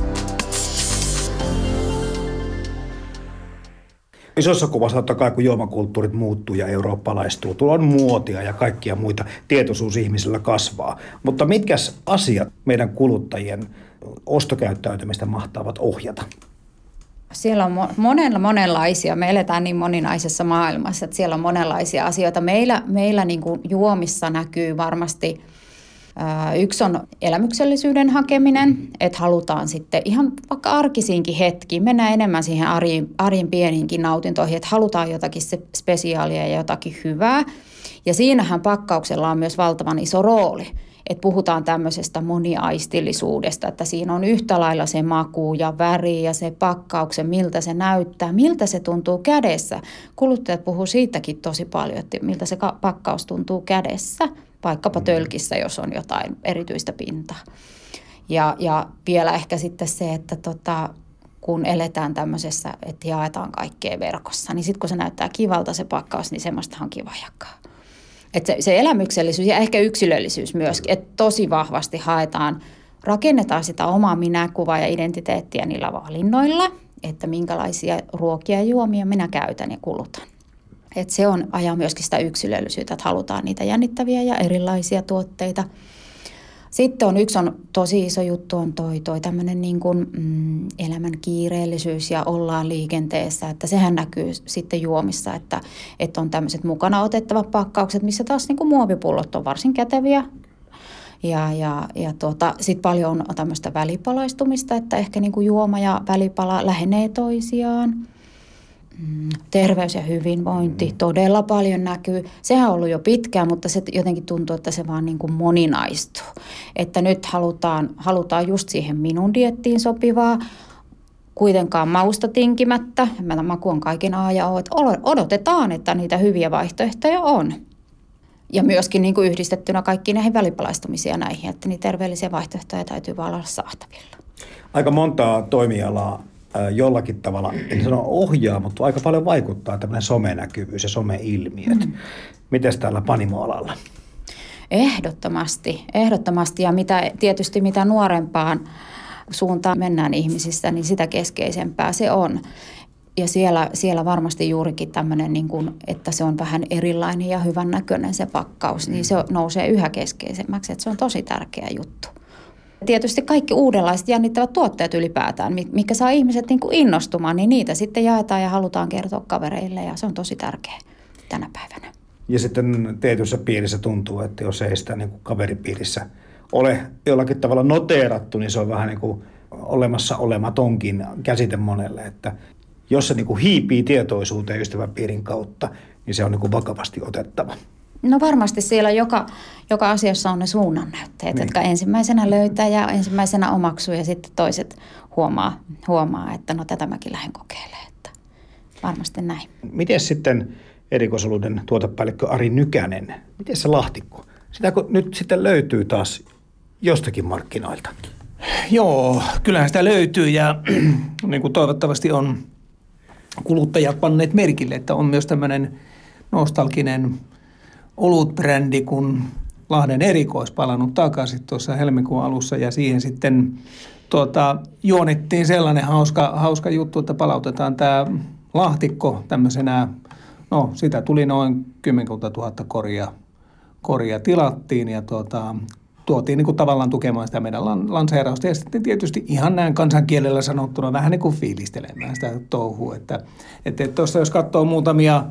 Isossa kuvassa totta kai, kun juomakulttuurit muuttuu ja eurooppalaistuu, tuolla on muotia ja kaikkia muita, tietoisuus ihmisillä kasvaa. Mutta mitkäs asiat meidän kuluttajien ostokäyttäytymistä mahtavat ohjata? Siellä on monella, monenlaisia. Me eletään niin moninaisessa maailmassa, että siellä on monenlaisia asioita. Meillä, meillä niin kuin juomissa näkyy varmasti, ää, yksi on elämyksellisyyden hakeminen, että halutaan sitten ihan vaikka arkisiinkin hetkiin, mennään enemmän siihen arjen, arjen pieniinkin nautintoihin, että halutaan jotakin se spesiaalia ja jotakin hyvää. Ja siinähän pakkauksella on myös valtavan iso rooli. Että puhutaan tämmöisestä moniaistillisuudesta, että siinä on yhtä lailla se maku ja väri ja se pakkauksen, miltä se näyttää, miltä se tuntuu kädessä. Kuluttajat puhuu siitäkin tosi paljon, että miltä se pakkaus tuntuu kädessä, vaikkapa tölkissä, jos on jotain erityistä pintaa. Ja, ja vielä ehkä sitten se, että tota, kun eletään tämmöisessä, että jaetaan kaikkea verkossa, niin sitten kun se näyttää kivalta se pakkaus, niin semmoistahan on kiva jakaa. Että se, se elämyksellisyys ja ehkä yksilöllisyys myöskin, että tosi vahvasti haetaan, rakennetaan sitä omaa minäkuvaa ja identiteettiä niillä valinnoilla, että minkälaisia ruokia ja juomia minä käytän ja kulutan. Että se on ajaa myöskin sitä yksilöllisyyttä, että halutaan niitä jännittäviä ja erilaisia tuotteita. Sitten on yksi on tosi iso juttu on toi, toi tämmöinen niin kuin mm, elämän kiireellisyys ja ollaan liikenteessä, että sehän näkyy sitten juomissa, että, että on tämmöiset mukana otettavat pakkaukset, missä taas niin kuin muovipullot on varsin käteviä. Ja, ja, ja tuota, sitten paljon on tämmöistä välipalaistumista, että ehkä niin kuin juoma ja välipala lähenee toisiaan. Terveys ja hyvinvointi todella paljon näkyy. Sehän on ollut jo pitkään, mutta se jotenkin tuntuu, että se vaan niin kuin moninaistuu. Että nyt halutaan, halutaan just siihen minun diettiin sopivaa, kuitenkaan mausta tinkimättä. Meillä maku on kaiken A ja O, että odotetaan, että niitä hyviä vaihtoehtoja on. Ja myöskin niin kuin yhdistettynä kaikkiin näihin välipalaistumisiin näihin, että niitä terveellisiä vaihtoehtoja täytyy vaan olla saatavilla. Aika montaa toimialaa jollakin tavalla, en sano ohjaa, mutta aika paljon vaikuttaa tämmöinen somenäkyvyys ja someilmiöt. Mm. Mites täällä Panimoalalla? Ehdottomasti, ehdottomasti ja mitä, tietysti mitä nuorempaan suuntaan mennään ihmisissä, niin sitä keskeisempää se on. Ja siellä, siellä varmasti juurikin tämmöinen, niin kuin, että se on vähän erilainen ja hyvän näköinen se pakkaus, niin se nousee yhä keskeisemmäksi, että se on tosi tärkeä juttu. Tietysti kaikki uudenlaiset jännittävät tuotteet ylipäätään, mikä saa ihmiset niin kuin innostumaan, niin niitä sitten jaetaan ja halutaan kertoa kavereille ja se on tosi tärkeä tänä päivänä. Ja sitten tietyssä piirissä tuntuu, että jos ei sitä niin kuin kaveripiirissä ole jollakin tavalla noteerattu, niin se on vähän niin kuin olemassa olematonkin käsite monelle, että jos se niin kuin hiipii tietoisuuteen ystäväpiirin kautta, niin se on niin kuin vakavasti otettava. No varmasti siellä joka, joka asiassa on ne suunnannäytteet, niin, jotka ensimmäisenä löytää ja ensimmäisenä omaksuu ja sitten toiset huomaa, huomaa että no tätä mäkin lähden kokeilemaan, että varmasti näin. Miten sitten erikoisoluiden tuotepäällikkö Ari Nykänen, miten se lahtikko? Sitäkö nyt sitten löytyy taas jostakin markkinoilta? Joo, kyllähän sitä löytyy ja niin kuin toivottavasti on kuluttajat panneet merkille, että on myös tämmöinen nostalginen olutbrändi, kun Lahden erikois palannut takaisin tuossa helmikuun alussa ja siihen sitten tuota, juonittiin sellainen hauska, hauska juttu, että palautetaan tämä lahtikko tämmöisenä, no sitä tuli noin kymmenkunta-tuhatta koria, koria tilattiin ja tuota, tuotiin niin kuin tavallaan tukemaan sitä meidän lanseerausta ja sitten tietysti ihan näin kansankielellä sanottuna vähän niin kuin fiilistelemään sitä touhua, että että tuossa jos katsoo muutamia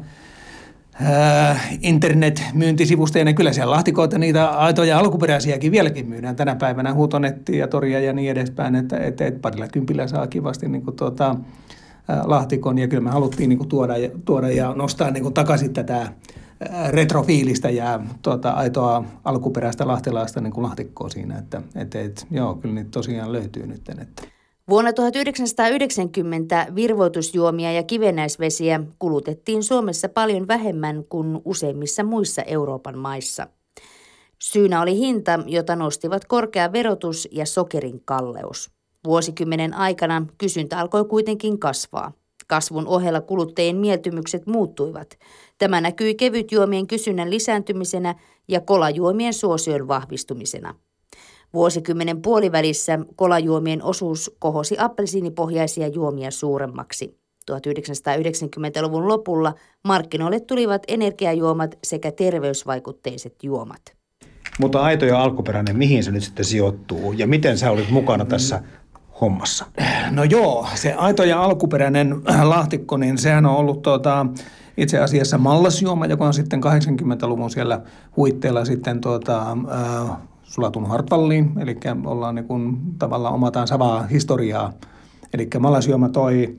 internet-myyntisivustoja, niin kyllä siellä lahtikoita, niitä aitoja alkuperäisiäkin vieläkin myydään tänä päivänä, huutonettia ja toria ja niin edespäin, että, että, että parilla kympillä saa kivasti niin kuin tuota, lahtikon ja kyllä me haluttiin niin kuin tuoda, tuoda ja nostaa niin kuin takaisin tätä retrofiilistä ja tuota, aitoa alkuperäistä lahtelaista niin kuin lahtikkoa siinä, että, että, että joo, kyllä niitä tosiaan löytyy nyt. Että. Vuonna tuhatyhdeksänsataayhdeksänkymmentä virvoitusjuomia ja kivennäisvesiä kulutettiin Suomessa paljon vähemmän kuin useimmissa muissa Euroopan maissa. Syynä oli hinta, jota nostivat korkea verotus ja sokerin kalleus. Vuosikymmenen aikana kysyntä alkoi kuitenkin kasvaa. Kasvun ohella kuluttajien mieltymykset muuttuivat. Tämä näkyi kevytjuomien kysynnän lisääntymisenä ja kolajuomien suosion vahvistumisena. Vuosikymmenen puolivälissä kolajuomien osuus kohosi appelsiinipohjaisia juomia suuremmaksi. tuhatyhdeksänsataayhdeksänkymmentäluvun lopulla markkinoille tulivat energiajuomat sekä terveysvaikutteiset juomat. Mutta aito ja alkuperäinen, mihin se nyt sitten sijoittuu ja miten sä olit mukana tässä hommassa? No joo, se aito ja alkuperäinen lahtikko, niin sehän on ollut tuota, itse asiassa mallasjuoma, joka on sitten kahdeksankymmentäluvun siellä huitteella sitten tuota, äh, sulatun harpalliin, eli ollaan niin kuin tavallaan omataan savaa historiaa. Eli mallasjuoma toi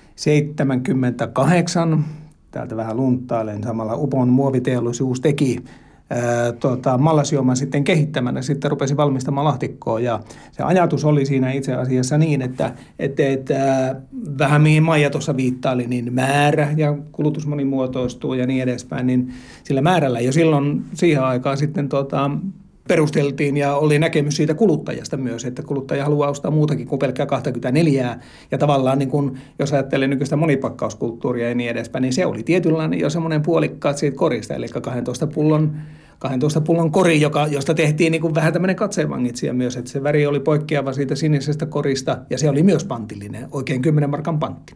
seitsemänkymmentäkahdeksan, täältä vähän lunttailen, samalla Upon muoviteollisuus teki ää, tota, mallasjuoman sitten kehittämänä, sitten rupesi valmistamaan lahtikkoa ja se ajatus oli siinä itse asiassa niin, että, että, että vähän mihin Maija tuossa viittaili, niin määrä ja kulutus monimuotoistuu ja niin edespäin, niin sillä määrällä jo silloin siihen aikaan sitten tota, perusteltiin ja oli näkemys siitä kuluttajasta myös, että kuluttaja haluaa ostaa muutakin kuin pelkkää kaksikymmentäneljä. Ja tavallaan niin kun, jos ajattelee nykyistä monipakkauskulttuuria ja niin edespäin, niin se oli tietynlainen jo semmoinen puolikkaat siitä korista, eli kahdentoista pullon, kahdentoista pullon kori, joka, josta tehtiin niin kuin vähän tämmöinen katseenvangitsija myös, että se väri oli poikkeava siitä sinisestä korista ja se oli myös pantillinen, oikein kymmenen markan pantti.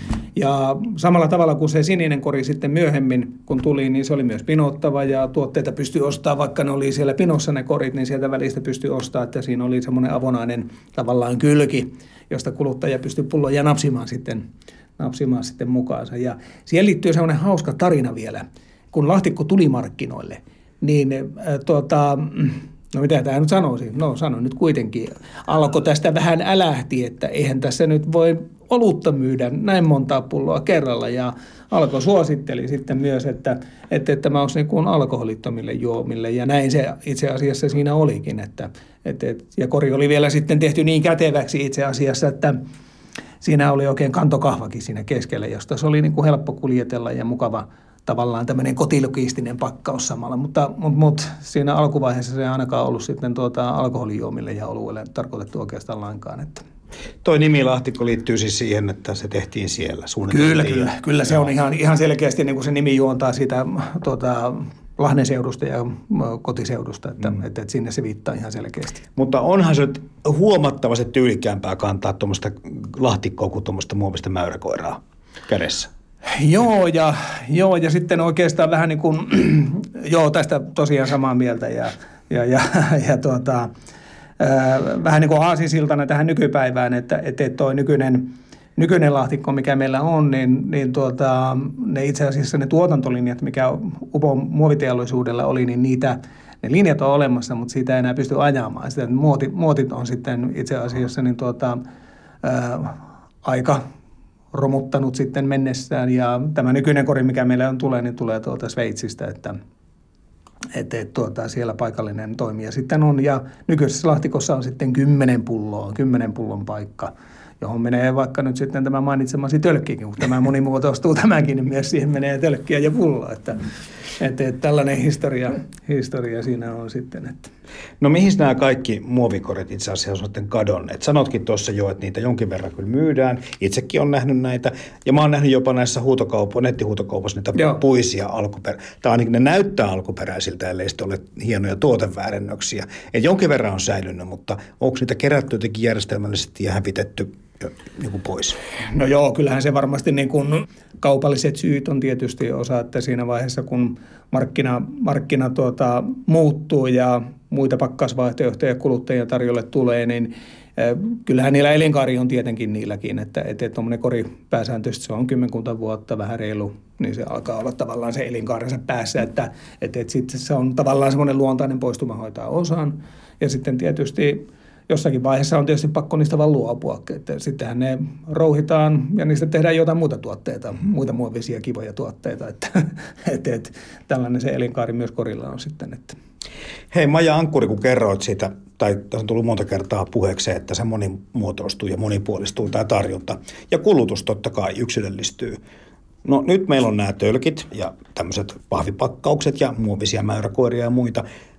Ja samalla tavalla kuin se sininen kori sitten myöhemmin, kun tuli, niin se oli myös pinottava ja tuotteita pystyi ostamaan, vaikka ne oli siellä pinossa ne korit, niin sieltä välistä pystyi ostamaan, että siinä oli semmoinen avonainen tavallaan kylki, josta kuluttaja pystyi pulloja napsimaan sitten, napsimaan sitten mukaansa. Ja siihen liittyy semmoinen hauska tarina vielä, kun lahtikko tuli markkinoille, niin äh, tuota... No mitä tämä nyt sanoisin? No sano nyt kuitenkin. Alkoi tästä vähän älähti, että eihän tässä nyt voi olutta myydä näin montaa pulloa kerralla. Ja Alko suositteli sitten myös, että, että tämä olisi niin kuin alkoholittomille juomille. Ja näin se itse asiassa siinä olikin. Että, että, ja kori oli vielä sitten tehty niin käteväksi itse asiassa, että siinä oli oikein kantokahvakin siinä keskellä, josta se oli niin kuin helppo kuljetella ja mukava tavallaan tämmöinen kotilogistinen pakkaus samalla, mutta, mutta, mutta siinä alkuvaiheessa se ei ainakaan ollut sitten tuota alkoholijuomille ja oluelle tarkoitettu oikeastaan lainkaan. Että. Toi nimilahtikko liittyy siis siihen, että se tehtiin siellä Kyllä, kyllä. Kyllä se on ihan, ihan selkeästi, niin kuin se nimi juontaa siitä tuota, Lahden seudusta ja kotiseudusta, että, mm. että, että sinne se viittaa ihan selkeästi. Mutta onhan se nyt huomattavasti tyylikkäämpää kantaa tuommoista lahtikkoa kuin tuommoista muovista mäyräkoiraa kädessä. Joo ja, joo, ja sitten oikeastaan vähän niin kuin, joo, tästä tosiaan samaa mieltä ja, ja, ja, ja tuota, ää, vähän niin kuin aasinsiltana tähän nykypäivään, että, että toi nykyinen, nykyinen lahtikko, mikä meillä on, niin, niin tuota, ne itse asiassa ne tuotantolinjat, mikä Upon muoviteollisuudella oli, niin niitä, ne linjat on olemassa, mutta siitä ei enää pysty ajamaan. Sitä muotit, muotit on sitten itse asiassa niin tuota, ää, aika romuttanut sitten mennessään ja tämä nykyinen kori, mikä meillä on tulee, niin tulee tuolta Sveitsistä, että, että tuota, siellä paikallinen toimija sitten on ja nykyisessä lahtikossa on sitten kymmenen pulloa, kymmenen pullon paikka, johon menee vaikka nyt sitten tämä mainitsemasi tölkkikin, kun tämä monimuotoistuu tämäkin, niin myös siihen menee tölkkiä ja pulloa, että, että, että tällainen historia, historia siinä on sitten. Että. No mihin nämä kaikki muovikorit itse asiassa on sitten kadonneet? Sanotkin tuossa jo, että niitä jonkin verran kyllä myydään. Itsekin olen nähnyt näitä ja mä oon nähnyt jopa näissä huutokaupo- nettihuutokaupassa niitä Joo. puisia alkuperä. Tai ainakin ne näyttää alkuperäisiltä, ellei sitten ole hienoja tuoteväärennöksiä. Et jonkin verran on säilynyt, mutta onko niitä kerätty jotenkin järjestelmällisesti ja hävitetty joku pois? No joo, kyllähän se varmasti niin kuin kaupalliset syyt on tietysti osa, että siinä vaiheessa kun markkina, markkina tuota, muuttuu ja muita pakkausvaihtoehtoja kuluttajien tarjolle tulee, niin äh, kyllähän niillä elinkaari on tietenkin niilläkin, että tuommoinen että kori pääsääntöisesti se on kymmenkunta vuotta, vähän reilu, niin se alkaa olla tavallaan se elinkaarensa päässä, että et, et sitten se on tavallaan semmoinen luontainen poistuma hoitaa osan ja sitten tietysti jossakin vaiheessa on tietysti pakko niistä vaan luopua, että sittenhän ne rouhitaan ja niistä tehdään jotain muuta tuotteita, muita muovisia kivoja tuotteita, että, että, että tällainen se elinkaari myös korilla on sitten. Että. Hei Maija Ankkuri, kun kerroit siitä, tai on tullut monta kertaa puheeksi, että se monimuotoistuu ja monipuolistuu tämä tarjonta ja kulutus totta kai yksilöllistyy. No nyt meillä on nämä tölkit ja tämmöiset pahvipakkaukset ja muovisia mäyräkoiria ja muita.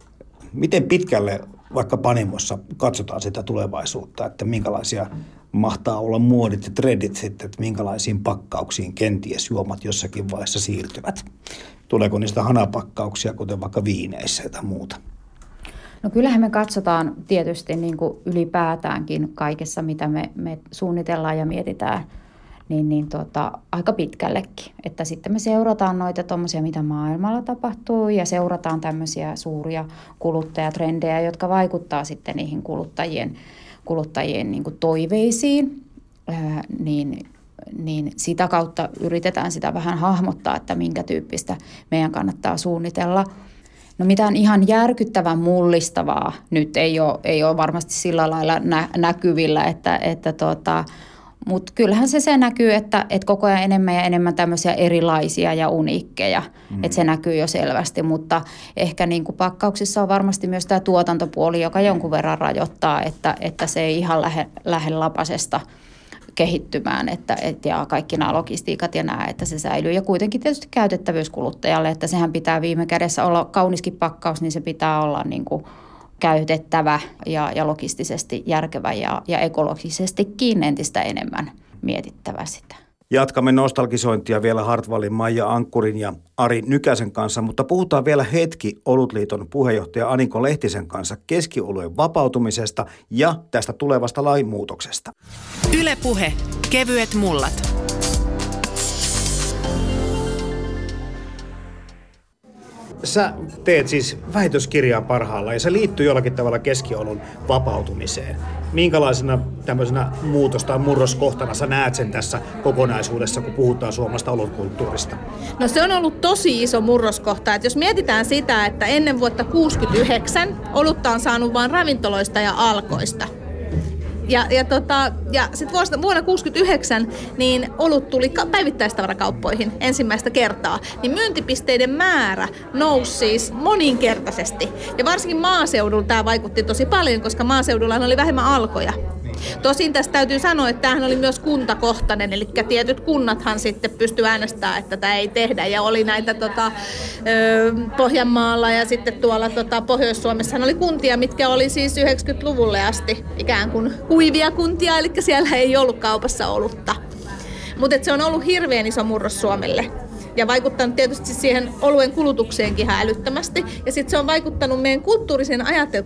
Miten pitkälle vaikka Panimossa katsotaan sitä tulevaisuutta, että minkälaisia mahtaa olla muodit ja trendit sitten, että minkälaisiin pakkauksiin kenties juomat jossakin vaiheessa siirtyvät? Tuleeko niistä hanapakkauksia, kuten vaikka viineissä tai muuta? No kyllähän me katsotaan tietysti niin kuin ylipäätäänkin kaikessa, mitä me, me suunnitellaan ja mietitään, niin, niin tota, aika pitkällekin. Että sitten me seurataan noita tuommoisia, mitä maailmalla tapahtuu, ja seurataan tämmöisiä suuria kuluttajatrendejä, jotka vaikuttaa sitten niihin kuluttajien, kuluttajien niin kuin toiveisiin, ää, niin, niin sitä kautta yritetään sitä vähän hahmottaa, että minkä tyyppistä meidän kannattaa suunnitella. No mitään ihan järkyttävän mullistavaa nyt ei ole, ei ole varmasti sillä lailla nä- näkyvillä, että, että tota, mutta kyllähän se, se näkyy, että, että koko ajan enemmän ja enemmän tämmöisiä erilaisia ja uniikkeja, mm. että se näkyy jo selvästi, mutta ehkä niin kuin pakkauksissa on varmasti myös tämä tuotantopuoli, joka jonkun verran rajoittaa, että, että se ei ihan lähde, lähde lapasesta kehittymään, että, et, ja kaikki nämä logistiikat ja nämä, että se säilyy. Ja kuitenkin tietysti käytettävyys kuluttajalle, että sehän pitää viime kädessä olla kauniskin pakkaus, niin se pitää olla niin kuin käytettävä ja, ja logistisesti järkevä ja, ja ekologisestikin entistä enemmän mietittävä sitä. Jatkamme nostalgisointia vielä Hartwallin Maija Ankkurin ja Ari Nykäsen kanssa, mutta puhutaan vielä hetki Olutliiton puheenjohtaja Aniko Lehtisen kanssa keskioluen vapautumisesta ja tästä tulevasta lainmuutoksesta. Yle Puhe. Kevyet mullat. Sä teet siis väitöskirjaa parhaalla ja se liittyy jollakin tavalla keskiolun vapautumiseen. Minkälaisena tämmöisenä muutos- tai murroskohtana sä näet sen tässä kokonaisuudessa, kun puhutaan suomalaisesta olutkulttuurista? No se on ollut tosi iso murroskohta. Että jos mietitään sitä, että ennen vuotta kuusikymmentäyhdeksän olutta on saanut vain ravintoloista ja alkoista. Ja, ja, tota, ja sitten vuonna kuusikymmentäyhdeksän niin olut tuli päivittäistavarakauppoihin ensimmäistä kertaa. Niin myyntipisteiden määrä nousi siis moninkertaisesti. Ja varsinkin maaseudulla tämä vaikutti tosi paljon, koska maaseudulla oli vähemmän alkoja. Tosin tästä täytyy sanoa, että tämähän oli myös kuntakohtainen, eli tietyt kunnathan sitten pystyi äänestämään, että tätä ei tehdä. Ja oli näitä tota, Pohjanmaalla ja sitten tuolla tota, Pohjois-Suomessahan oli kuntia, mitkä oli siis yhdeksänkymmentäluvulle asti ikään kuin kuivia kuntia, eli siellä ei ollut kaupassa olutta. Mutta se on ollut hirveän iso murros Suomelle. Ja vaikuttanut tietysti siihen oluen kulutukseenkin ihan älyttömästi. Ja sitten se on vaikuttanut meidän kulttuuriseen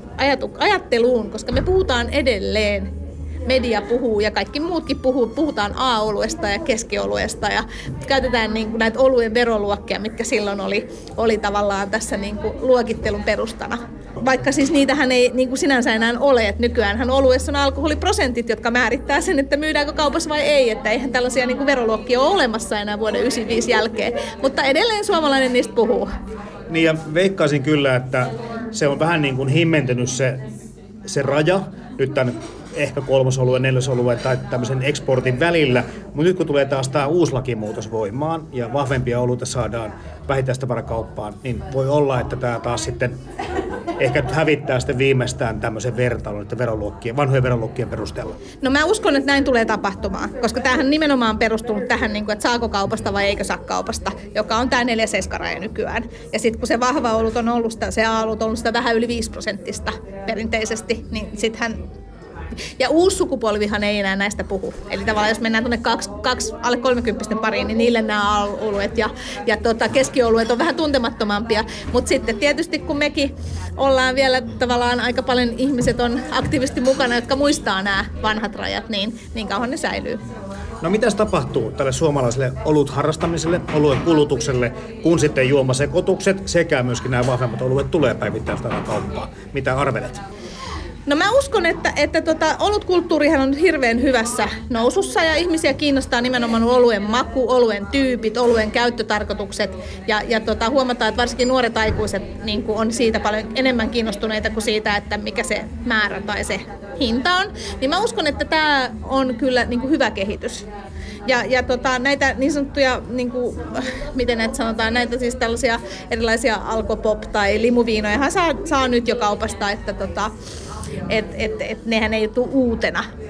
ajatteluun, koska me puhutaan edelleen. Media puhuu ja kaikki muutkin puhuu. Puhutaan A-oluesta ja keskioluesta ja käytetään niin kuin näitä oluen veroluokkia, mitkä silloin oli, oli tavallaan tässä niin kuin luokittelun perustana. Vaikka siis niitähän ei niin kuin sinänsä enää ole, että nykyäänhän oluessa on alkoholiprosentit, jotka määrittää sen, että myydäänkö kaupassa vai ei, että eihän tällaisia niin kuin veroluokkia ole olemassa enää vuoden yhdeksänkymmentäviisi jälkeen, mutta edelleen suomalainen niistä puhuu. Niin ja veikkaisin kyllä, että se on vähän niin kuin himmentynyt se, se raja nyt tämän ehkä kolmosoluen, neljäsoluen tai tämmöisen eksportin välillä. Mutta nyt kun tulee taas tämä uusi lakimuutos voimaan ja vahvempia oluita saadaan vähittäistavarakauppaan, niin voi olla, että tämä taas sitten ehkä hävittää sitten viimeistään tämmöisen vertailun, että veroluokkien, vanhojen veroluokkien perusteella. No mä uskon, että näin tulee tapahtumaan, koska tämähän nimenomaan on perustunut tähän, että saako kaupasta vai eikö saa kaupasta, joka on tämä neljä seitsemän raja nykyään. Ja sitten kun se vahva olut on ollut sitä, se A-olut on ollut sitä vähän yli viisi prosenttista perinteisesti, niin sittenhän. Ja uusi sukupolvihan ei enää näistä puhu. Eli tavallaan jos mennään tuonne kaksi, kaksi alle kolmekymppisten pariin, niin niille nämä oluet ja, ja tota, keskioluet on vähän tuntemattomampia. Mutta sitten tietysti kun mekin ollaan vielä tavallaan aika paljon ihmiset on aktiivisesti mukana, jotka muistaa nämä vanhat rajat, niin niin kauan ne säilyy. No mitäs tapahtuu tälle suomalaiselle olut harrastamiselle, oluen kulutukselle, kun sitten juomasekoitukset sekä myöskin nämä vahvemmat oluet tulee päivittäistään kauppaan? Mitä arvelet? No mä uskon, että, että tota, olutkulttuurihan on hirveän hyvässä nousussa ja ihmisiä kiinnostaa nimenomaan oluen maku, oluen tyypit, oluen käyttötarkoitukset ja, ja tota, huomataan, että varsinkin nuoret aikuiset niin kuin on siitä paljon enemmän kiinnostuneita kuin siitä, että mikä se määrä tai se hinta on. Niin mä uskon, että tämä on kyllä niin kuin hyvä kehitys. Ja, ja tota, näitä niin sanottuja, niin kuin, miten näitä sanotaan, näitä siis tällaisia erilaisia alkopop- tai limuviinojahan saa, saa nyt jo kaupasta, että tota, et, et, et nehän ei tule uutena.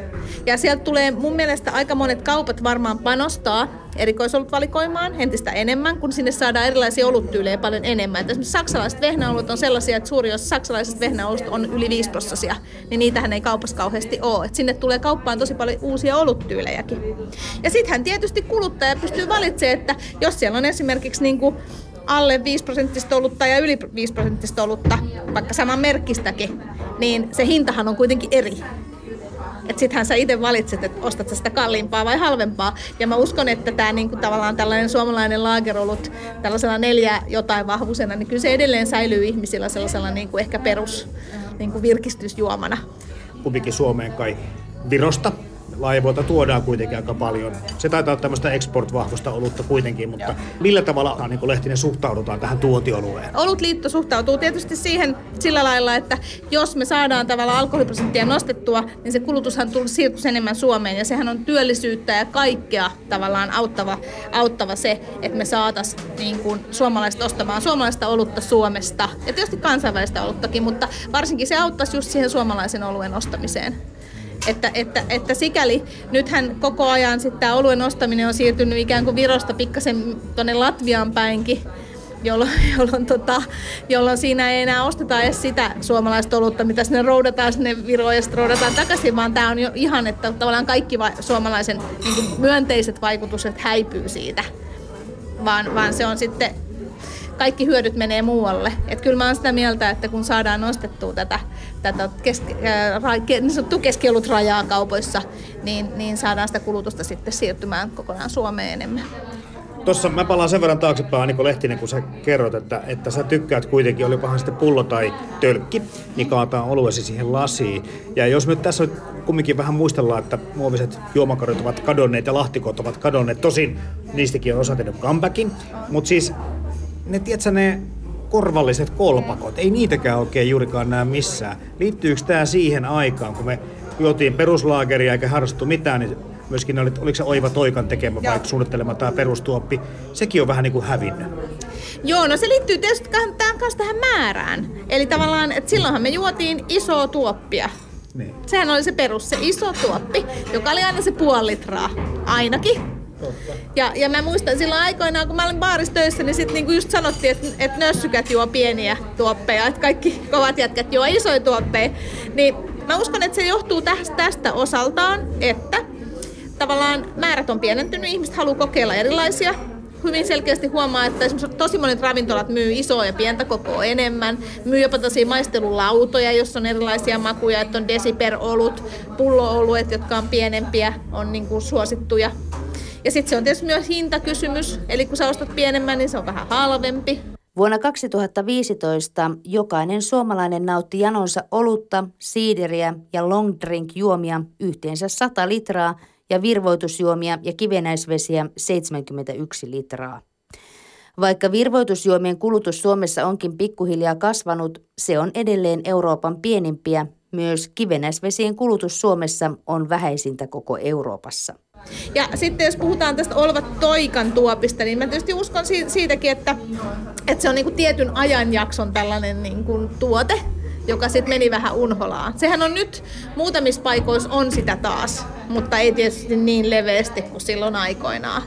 Ja sieltä tulee mun mielestä aika monet kaupat varmaan panostaa erikoisolutvalikoimaan entistä enemmän, kun sinne saadaan erilaisia oluttyylejä paljon enemmän. Et esimerkiksi saksalaiset vehnäolut on sellaisia, että suuri osa saksalaisista vehnäolusta on yli viisi prosenttia, niin niitähän ei kaupassa kauheasti ole. Et sinne tulee kauppaan tosi paljon uusia oluttyylejäkin. Ja sittenhän tietysti kuluttaja pystyy valitsemaan, että jos siellä on esimerkiksi niinku alle viisi prosenttista olutta ja yli viisi prosenttista olutta, vaikka saman merkkistäkin, niin se hintahan on kuitenkin eri. Että sittenhän sä itse valitset, että ostat sä sitä kalliimpaa vai halvempaa. Ja mä uskon, että tämä niinku tavallaan tällainen suomalainen laagerolut tällaisella neljä jotain vahvuisena, niin kyllä se edelleen säilyy ihmisillä sellaisella niinku ehkä perus niinku virkistysjuomana. Kumminkin Suomeen kai Virosta laivoilta tuodaan kuitenkin aika paljon. Se taitaa olla tämmöistä export-vahvusta olutta kuitenkin, mutta Joo. millä tavalla niin kuin Lehtinen suhtaudutaan tähän tuontiolueen? Olutliitto suhtautuu tietysti siihen sillä lailla, että jos me saadaan tavallaan alkoholiprosenttia nostettua, niin se kulutushan siirtyisi enemmän Suomeen ja sehän on työllisyyttä ja kaikkea tavallaan auttava, auttava se, että me saataisiin niin kuin suomalaiset ostamaan suomalaista olutta Suomesta ja tietysti kansainvälistä oluttakin, mutta varsinkin se auttaisi just siihen suomalaisen oluen ostamiseen. Että, että, että sikäli nythän koko ajan sitten tämä oluen ostaminen on siirtynyt ikään kuin Virosta pikkasen tuonne Latviaan päinkin, jolloin, jolloin, tota, jolloin siinä ei enää osteta edes sitä suomalaista olutta, mitä sinne roudataan sinne Viroon ja sitten roudataan takaisin, vaan tämä on jo ihan, että tavallaan kaikki va- suomalaisen niin kuin myönteiset vaikutukset häipyy siitä, vaan, vaan se on sitten kaikki hyödyt menee muualle. Et kyllä mä oon sitä mieltä, että kun saadaan nostettua tätä, tätä keski, ää, niin sanottua keskiolutrajaa kaupoissa, niin, niin saadaan sitä kulutusta sitten siirtymään kokonaan Suomeen enemmän. Tuossa mä palaan sen verran taaksepäin, Aniko Lehtinen, kun sä kerrot, että, että sä tykkäät kuitenkin, olipahan sitten pullo tai tölkki, niin kaataa oluesi siihen lasiin. Ja jos nyt tässä kumminkin vähän muistellaan, että muoviset juomakarjat ovat kadonneet ja lahtikot ovat kadonneet, tosin niistäkin on osa tehnyt comebackin, mutta siis ne, tiedätkö, ne korvalliset kolpakot, ei niitäkään oikein juurikaan näe missään. Liittyykö tämä siihen aikaan, kun me juotiin peruslaageria eikä harrastettu mitään, niin myöskin oli, oliko se Oiva Toikan tekemä vai suunnittelema tämä perustuoppi, sekin on vähän niin kuin hävinnyt. Joo, no se liittyy tietysti tähän kanssa tähän määrään. Eli tavallaan, että silloinhan me juotiin isoa tuoppia. Niin. Sehän oli se perus, se iso tuoppi, joka oli aina se puoli litraa, ainakin. Ja, ja mä muistan silloin aikoinaan, kun mä olin baarissa töissä, niin sitten niinku just sanottiin, että et nössykät juo pieniä tuoppeja, että kaikki kovat jätkät juo isoja tuoppeja. Niin mä uskon, että se johtuu tästä, tästä osaltaan, että tavallaan määrät on pienentynyt, ihmiset haluaa kokeilla erilaisia. Hyvin selkeästi huomaa, että esimerkiksi tosi monet ravintolat myy isoa ja pientä kokoa enemmän. Myy jopa tosi maistelulautoja, jossa on erilaisia makuja, että on desiper-olut, pullo-oluet, jotka on pienempiä, on niin kuin suosittuja. Ja sitten se on tietysti myös hintakysymys, eli kun sä ostat pienemmän, niin se on vähän halvempi. Vuonna kaksituhattaviisitoista jokainen suomalainen nautti janonsa olutta, siideriä ja long drink juomia yhteensä sata litraa ja virvoitusjuomia ja kivenäisvesiä seitsemänkymmentäyksi litraa. Vaikka virvoitusjuomien kulutus Suomessa onkin pikkuhiljaa kasvanut, se on edelleen Euroopan pienimpiä. Myös kivenäisvesien kulutus Suomessa on vähäisintä koko Euroopassa. Ja sitten jos puhutaan tästä Oiva Toikan tuopista, niin mä tietysti uskon siitäkin, että, että se on niin kuin tietyn ajanjakson tällainen niin kuin tuote, joka sitten meni vähän unholaan. Sehän on nyt, muutamissa paikoissa on sitä taas, mutta ei tietysti niin leveästi kuin silloin aikoinaan.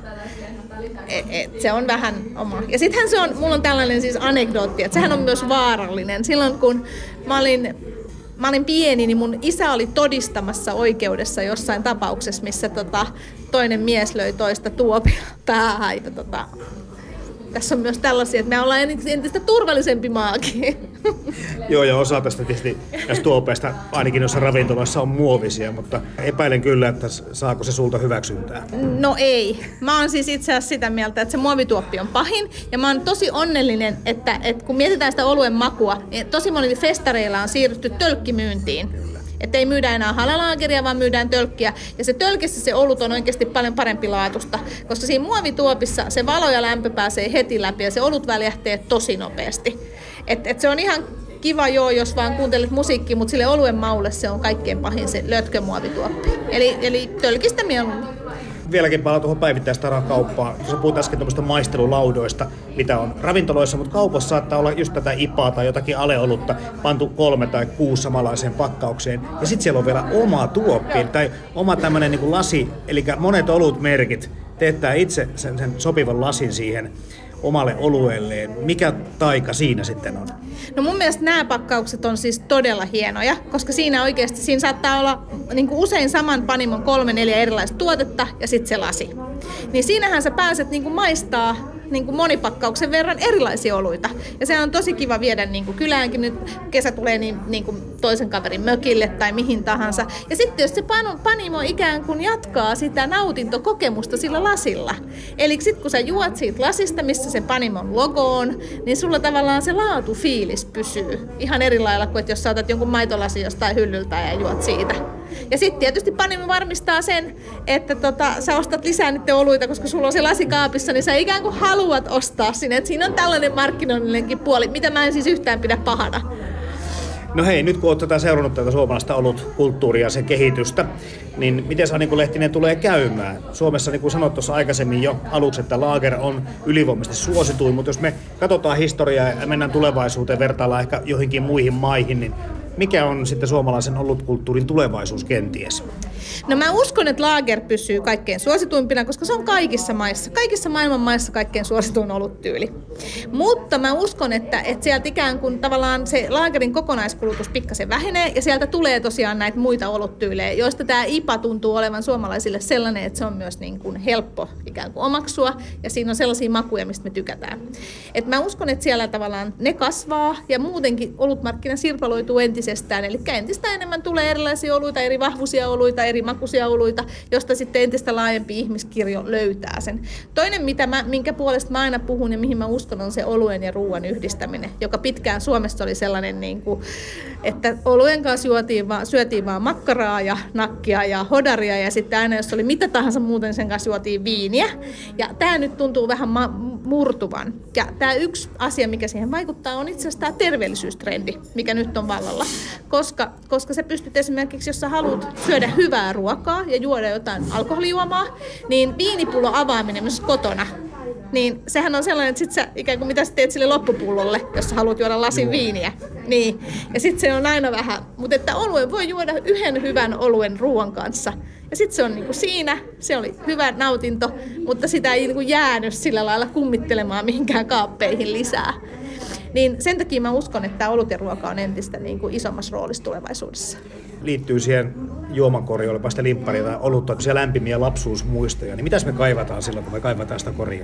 Et, et, se on vähän oma. Ja sittenhän se on, mulla on tällainen siis anekdootti, että sehän on myös vaarallinen. Silloin kun mä olin Mä olin pieni, niin mun isä oli todistamassa oikeudessa jossain tapauksessa, missä tota, toinen mies löi toista tuopilla päähän. Ja, tota, tässä on myös tällaisia, että me ollaan entistä turvallisempi maakin. Joo, ja osa tästä tietysti näistä tuopeista, ainakin noissa ravintoloissa, on muovisia, mutta epäilen kyllä, että saako se sulta hyväksyntää. No ei. Mä oon siis itse asiassa sitä mieltä, että se muovituoppi on pahin, ja mä oon tosi onnellinen, että, että kun mietitään sitä oluen makua, niin tosi moni festareilla on siirrytty tölkkimyyntiin. Että ei myydä enää halalaageria, vaan myydään tölkkiä. Ja se tölkissä se olut on oikeasti paljon parempi laatusta, koska siinä muovituopissa se valo ja lämpö pääsee heti läpi ja se olut väljähtee tosi nopeasti. Et, et se on ihan kiva joo, jos vaan kuuntelet musiikkia, mutta sille oluen maulle se on kaikkein pahin se lötkömuovituoppi. Eli, eli tölkistä mieluummin. vieläkin palaa tuohon päivittäistavarakauppaan. Sä puhut äsken tuommoista maistelulaudoista, mitä on ravintoloissa, mutta kaupassa saattaa olla just tätä ipaa tai jotakin aleolutta pantu kolme tai kuusi samanlaiseen pakkaukseen. Ja sitten siellä on vielä oma tuoppi tai oma tämmöinen niin kuin lasi, eli monet olutmerkit teettää itse sen, sen sopivan lasin siihen omalle olueelleen. Mikä taika siinä sitten on? No mun mielestä nämä pakkaukset on siis todella hienoja, koska siinä oikeasti siinä saattaa olla niin kuin usein saman panimon kolme, neljä erilaista tuotetta ja sitten se lasi. Niin siinähän sä pääset niin kuin maistaa niin kuin monipakkauksen verran erilaisia oluita. Ja se on tosi kiva viedä niin kuin kyläänkin, nyt kesä tulee niin, niin kuin toisen kaverin mökille tai mihin tahansa. Ja sitten jos se panimo ikään kuin jatkaa sitä nautintokokemusta sillä lasilla. Eli sitten kun sä juot siitä lasista, missä se panimon logo on, niin sulla tavallaan se laatufiilis pysyy. Ihan eri lailla kuin että jos sä otat jonkun maitolasin jostain hyllyltä ja juot siitä. Ja sitten tietysti panimo varmistaa sen, että tota, sä ostat lisää niitä oluita, koska sulla on se lasi kaapissa, niin sä ikään kuin haluat ostaa sinne. Et siinä on tällainen markkinoinninenkin puoli, mitä mä en siis yhtään pidä pahana. No hei, nyt kun olet tätä seurannut tätä suomalaista olutkulttuuria ja sen kehitystä, niin miten Anni Lehtinen tulee käymään? Suomessa, niin kuin sanoit tuossa aikaisemmin jo aluksi, että lager on ylivoimaisesti suosituin, mutta jos me katsotaan historiaa ja mennään tulevaisuuteen, vertaillaan ehkä joihinkin muihin maihin, niin mikä on sitten suomalaisen olutkulttuurin tulevaisuus kenties? No mä uskon, että lager pysyy kaikkein suosituimpina, koska se on kaikissa maissa, kaikissa maailman maissa kaikkein suosituin oluttyyli. Mutta mä uskon, että, että sieltä ikään kuin tavallaan se lagerin kokonaiskulutus pikkasen vähenee ja sieltä tulee tosiaan näitä muita oluttyylejä, joista tämä I P A tuntuu olevan suomalaisille sellainen, että se on myös niin kuin helppo ikään kuin omaksua ja siinä on sellaisia makuja, mistä me tykätään. Et mä uskon, että siellä tavallaan ne kasvaa ja muutenkin olutmarkkina sirpaloituu entisestään, eli entistä enemmän tulee erilaisia oluita, eri vahvuisia oluita, eri makuisia oluita, josta sitten entistä laajempi ihmiskirjo löytää sen. Toinen, mitä mä, minkä puolesta mä aina puhun ja mihin mä uskon, on se oluen ja ruoan yhdistäminen, joka pitkään Suomessa oli sellainen, niin kuin, että oluen kanssa juotiin vaan, syötiin vaan makkaraa ja nakkia ja hodaria ja sitten aina jos oli mitä tahansa muuten sen kanssa juotiin viiniä. Ja tämä nyt tuntuu vähän ma- murtuvan. Ja tämä yksi asia, mikä siihen vaikuttaa, on itse asiassa tämä terveellisyystrendi, mikä nyt on vallalla. Koska, koska sä pystyt esimerkiksi, jos sä haluat syödä hyvää ruokaa ja juoda jotain alkoholijuomaa, niin viinipullon avaaminen myös kotona, niin sehän on sellainen, että sit sä ikään kuin mitä sä teet sille loppupullolle, jos sä haluat juoda lasin viiniä. Niin. Ja sitten se on aina vähän, mutta että oluen voi juoda yhden hyvän oluen ruoan kanssa. Ja sitten se on niinku siinä, se oli hyvä nautinto, mutta sitä ei niinku jäänyt sillä lailla kummittelemaan mihinkään kaappeihin lisää. Niin sen takia mä uskon, että olut ja ruoka on entistä niin kuin isommassa roolissa tulevaisuudessa. Liittyy siihen juomakorjoon, olipa sitä limpparia tai olutta, siellä lämpimiä lapsuusmuistoja. Niin mitäs me kaivataan silloin, kun me kaivataan sitä koria?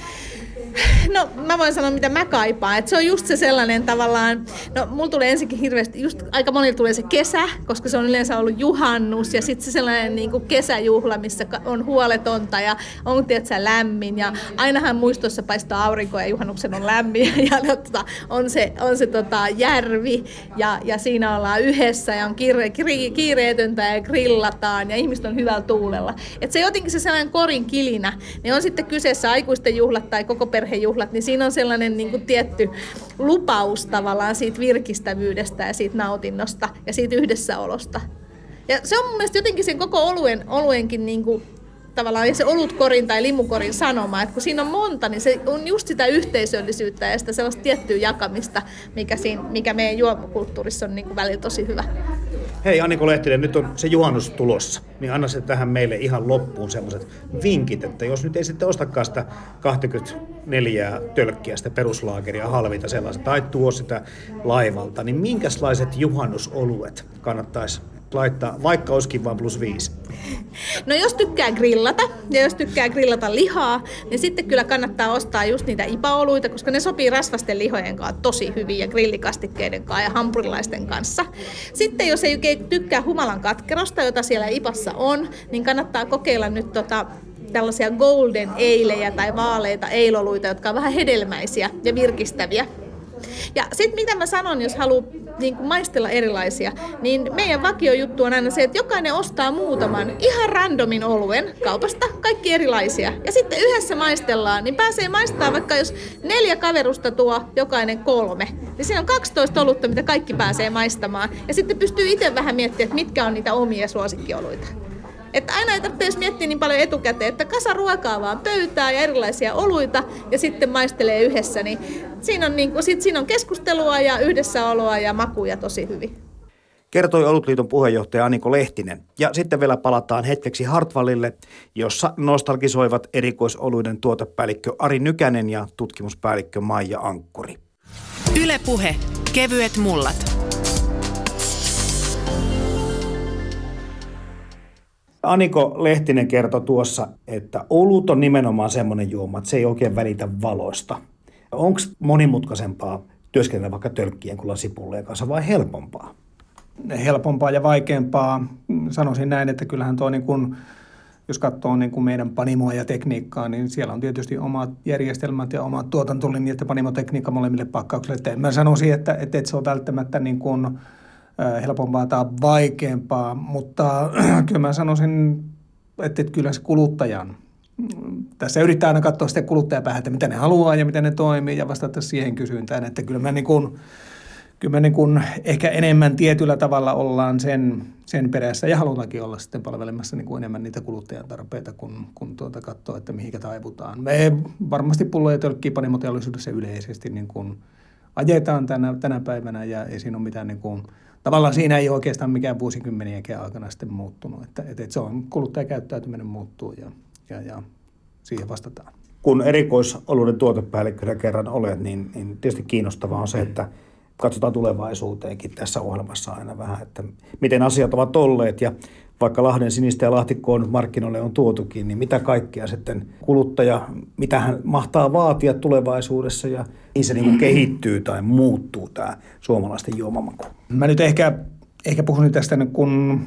No mä voin sanoa, mitä mä kaipaan. Et se on just se sellainen tavallaan, no mulla tulee ensinnäkin hirveästi, just aika monilla tulee se kesä, koska se on yleensä ollut juhannus ja sitten se sellainen niin kuin kesäjuhla, missä on huoletonta ja on tietysti lämmin ja ainahan muistossa paistaa aurinko ja juhannuksen on lämmin ja no, tota, on se, on se tota, järvi ja, ja siinä ollaan yhdessä ja on kiire, kiire, kiireetöntä ja grillataan ja ihmiset on hyvällä tuulella. Et se jotenkin se sellainen korin kilinä, niin on sitten kyseessä aikuisten juhlat tai koko perhejuhlat, niin siinä on sellainen niin kuin tietty lupaus tavallaan siitä virkistävyydestä ja siitä nautinnosta ja siitä yhdessäolosta. Ja se on mun mielestä jotenkin sen koko oluen, oluenkin niin kuin, tavallaan se olutkorin tai limukorin sanoma, että kun siinä on monta, niin se on just sitä yhteisöllisyyttä ja sitä sellaista tiettyä jakamista, mikä, siinä, mikä meidän juomakulttuurissa on niin kuin välillä tosi hyvä. Hei Anni Lehtinen, nyt on se juhannus tulossa, niin anna se tähän meille ihan loppuun semmoiset vinkit, että jos nyt ei sitten ostakaan sitä kaksikymmentäneljä tölkkiä, sitä peruslaageria, halvita sellaista, tai tuo sitä laivalta, niin minkälaiset juhannusoluet kannattaisi laittaa, vaikka olisikin vain plus viisi? No jos tykkää grillata ja jos tykkää grillata lihaa, niin sitten kyllä kannattaa ostaa just niitä I P A-oluita, koska ne sopii rasvasten lihojen kanssa tosi hyvin ja grillikastikkeiden kanssa ja hampurilaisten kanssa. Sitten jos ei tykkää humalan katkerosta, jota siellä I PAssa on, niin kannattaa kokeilla nyt tota tällaisia golden eilejä tai vaaleita eiloluita, jotka on vähän hedelmäisiä ja virkistäviä. Ja sitten mitä mä sanon, jos haluaa niin kuin maistella erilaisia, niin meidän vakiojuttu on aina se, että jokainen ostaa muutaman ihan randomin oluen kaupasta, kaikki erilaisia. Ja sitten yhdessä maistellaan, niin pääsee maistamaan vaikka jos neljä kaverusta tuo jokainen kolme, niin siinä on kaksitoista olutta, mitä kaikki pääsee maistamaan. Ja sitten pystyy itse vähän miettimään, että mitkä on niitä omia suosikkioluita. Että aina ei tarvitse miettiä niin paljon etukäteen, että kasa ruokaa vaan pöytää ja erilaisia oluita ja sitten maistelee yhdessä. Niin siinä, on niin kuin, sit siinä on keskustelua ja yhdessäoloa ja makuja tosi hyvin. Kertoi Olutliiton puheenjohtaja Aniko Lehtinen. Ja sitten vielä palataan hetkeksi Hartwallille, jossa nostalgisoivat erikoisoluiden tuotepäällikkö Ari Nykänen ja tutkimuspäällikkö Maija Ankkuri. Yle Puhe. Kevyet mullat. Aniko Lehtinen kertoi tuossa, että olut on nimenomaan semmoinen juoma, että se ei oikein välitä valosta. Onko monimutkaisempaa työskennellä vaikka tölkkien kuin lasipullojen kanssa vai helpompaa? Helpompaa ja vaikeampaa. Sanoisin näin, että kyllähän tuo, niin kun, jos katsoo niin kun meidän panimoa ja tekniikkaa, niin siellä on tietysti omat järjestelmät ja omat tuotantolinjat ja panimotekniikka molemmille pakkauksille. Että mä sanoisin, että, että se on välttämättä niin kun helpompaa tai vaikeampaa, mutta kyllä mä sanoisin, että kyllä se kuluttajan. Tässä yrittää aina katsoa sitten kuluttajapäähän, että mitä ne haluaa ja miten ne toimii ja vastata siihen kysyntään, että kyllä mä niin kuin Kyllä me niin kuin ehkä enemmän tietyllä tavalla ollaan sen, sen perässä ja halutaankin olla sitten palvelemassa niin kuin enemmän niitä kuluttajan tarpeita, kun, kun tuota katsoo, että mihinkä taivutaan. Me varmasti pullo- ja tölkkiä panimoteollisuudessa yleisesti niin kuin ajetaan tänä, tänä päivänä ja ei siinä ole mitään, niin kuin, tavallaan siinä ei ole oikeastaan mikään vuosikymmeniäkään aikana sitten muuttunut. Että, että se on kuluttajakäyttäytyminen muuttuu ja, ja, ja siihen vastataan. Kun erikoisoluiden tuotepäällikkönä kerran olet, niin, niin tietysti kiinnostavaa on se, että katsotaan tulevaisuuteenkin tässä ohjelmassa aina vähän, että miten asiat ovat olleet ja vaikka Lahden sinistä ja lahtikkoon markkinoille on tuotukin, niin mitä kaikkea sitten kuluttaja, mitä hän mahtaa vaatia tulevaisuudessa ja niin se niin kuin kehittyy tai muuttuu tämä suomalaisten juomamaku. Mä nyt ehkä, ehkä puhun tästä kun